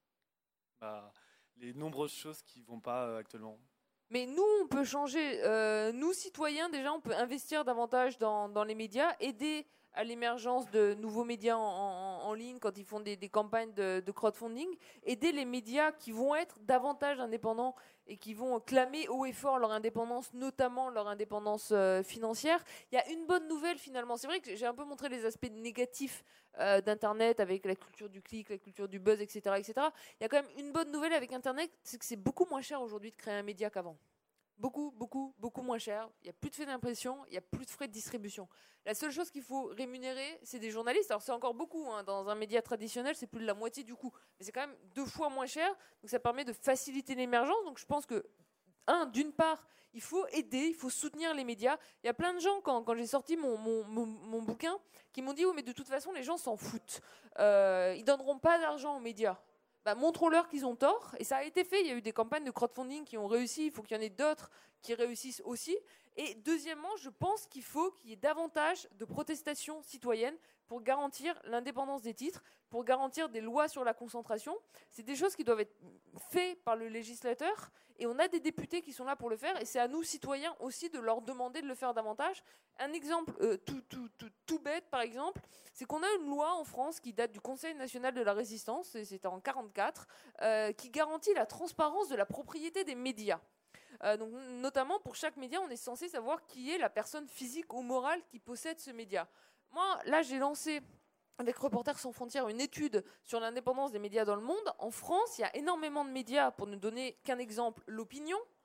bah, les nombreuses choses qui ne vont pas euh, actuellement?
Mais nous, on peut changer. Euh, nous, citoyens, déjà, on peut investir davantage dans, dans les médias, aider à l'émergence de nouveaux médias en, en, en ligne quand ils font des, des campagnes de, de crowdfunding, aider les médias qui vont être davantage indépendants et qui vont clamer haut et fort leur indépendance, notamment leur indépendance euh, financière. Il y a une bonne nouvelle finalement. C'est vrai que j'ai un peu montré les aspects négatifs euh, d'Internet avec la culture du clic, la culture du buzz, et cetera, et cetera. Il y a quand même une bonne nouvelle avec Internet, c'est que c'est beaucoup moins cher aujourd'hui de créer un média qu'avant. Beaucoup, beaucoup, beaucoup moins cher. Il n'y a plus de frais d'impression, il n'y a plus de frais de distribution. La seule chose qu'il faut rémunérer, c'est des journalistes. Alors c'est encore beaucoup, hein. Dans un média traditionnel, c'est plus de la moitié du coût. Mais c'est quand même deux fois moins cher, donc ça permet de faciliter l'émergence. Donc je pense que, un, d'une part, il faut aider, il faut soutenir les médias. Il y a plein de gens, quand, quand j'ai sorti mon, mon, mon, mon bouquin, qui m'ont dit « Oui, mais de toute façon, les gens s'en foutent. Euh, ils ne donneront pas d'argent aux médias. » Bah, montrons-leur qu'ils ont tort, et ça a été fait. Il y a eu des campagnes de crowdfunding qui ont réussi, il faut qu'il y en ait d'autres qui réussissent aussi. Et deuxièmement, je pense qu'il faut qu'il y ait davantage de protestations citoyennes pour garantir l'indépendance des titres, pour garantir des lois sur la concentration. C'est des choses qui doivent être faites par le législateur, et on a des députés qui sont là pour le faire, et c'est à nous, citoyens, aussi de leur demander de le faire davantage. Un exemple euh, tout, tout, tout, tout bête, par exemple, c'est qu'on a une loi en France qui date du Conseil national de la résistance, c'était en mille neuf cent quarante-quatre, euh, qui garantit la transparence de la propriété des médias. Euh, donc, notamment, pour chaque média, on est censé savoir qui est la personne physique ou morale qui possède ce média. Moi, là, j'ai lancé, avec Reporters sans frontières, une étude sur l'indépendance des médias dans le monde. En France, il y a énormément de médias, pour ne donner qu'un exemple, l'Opinion,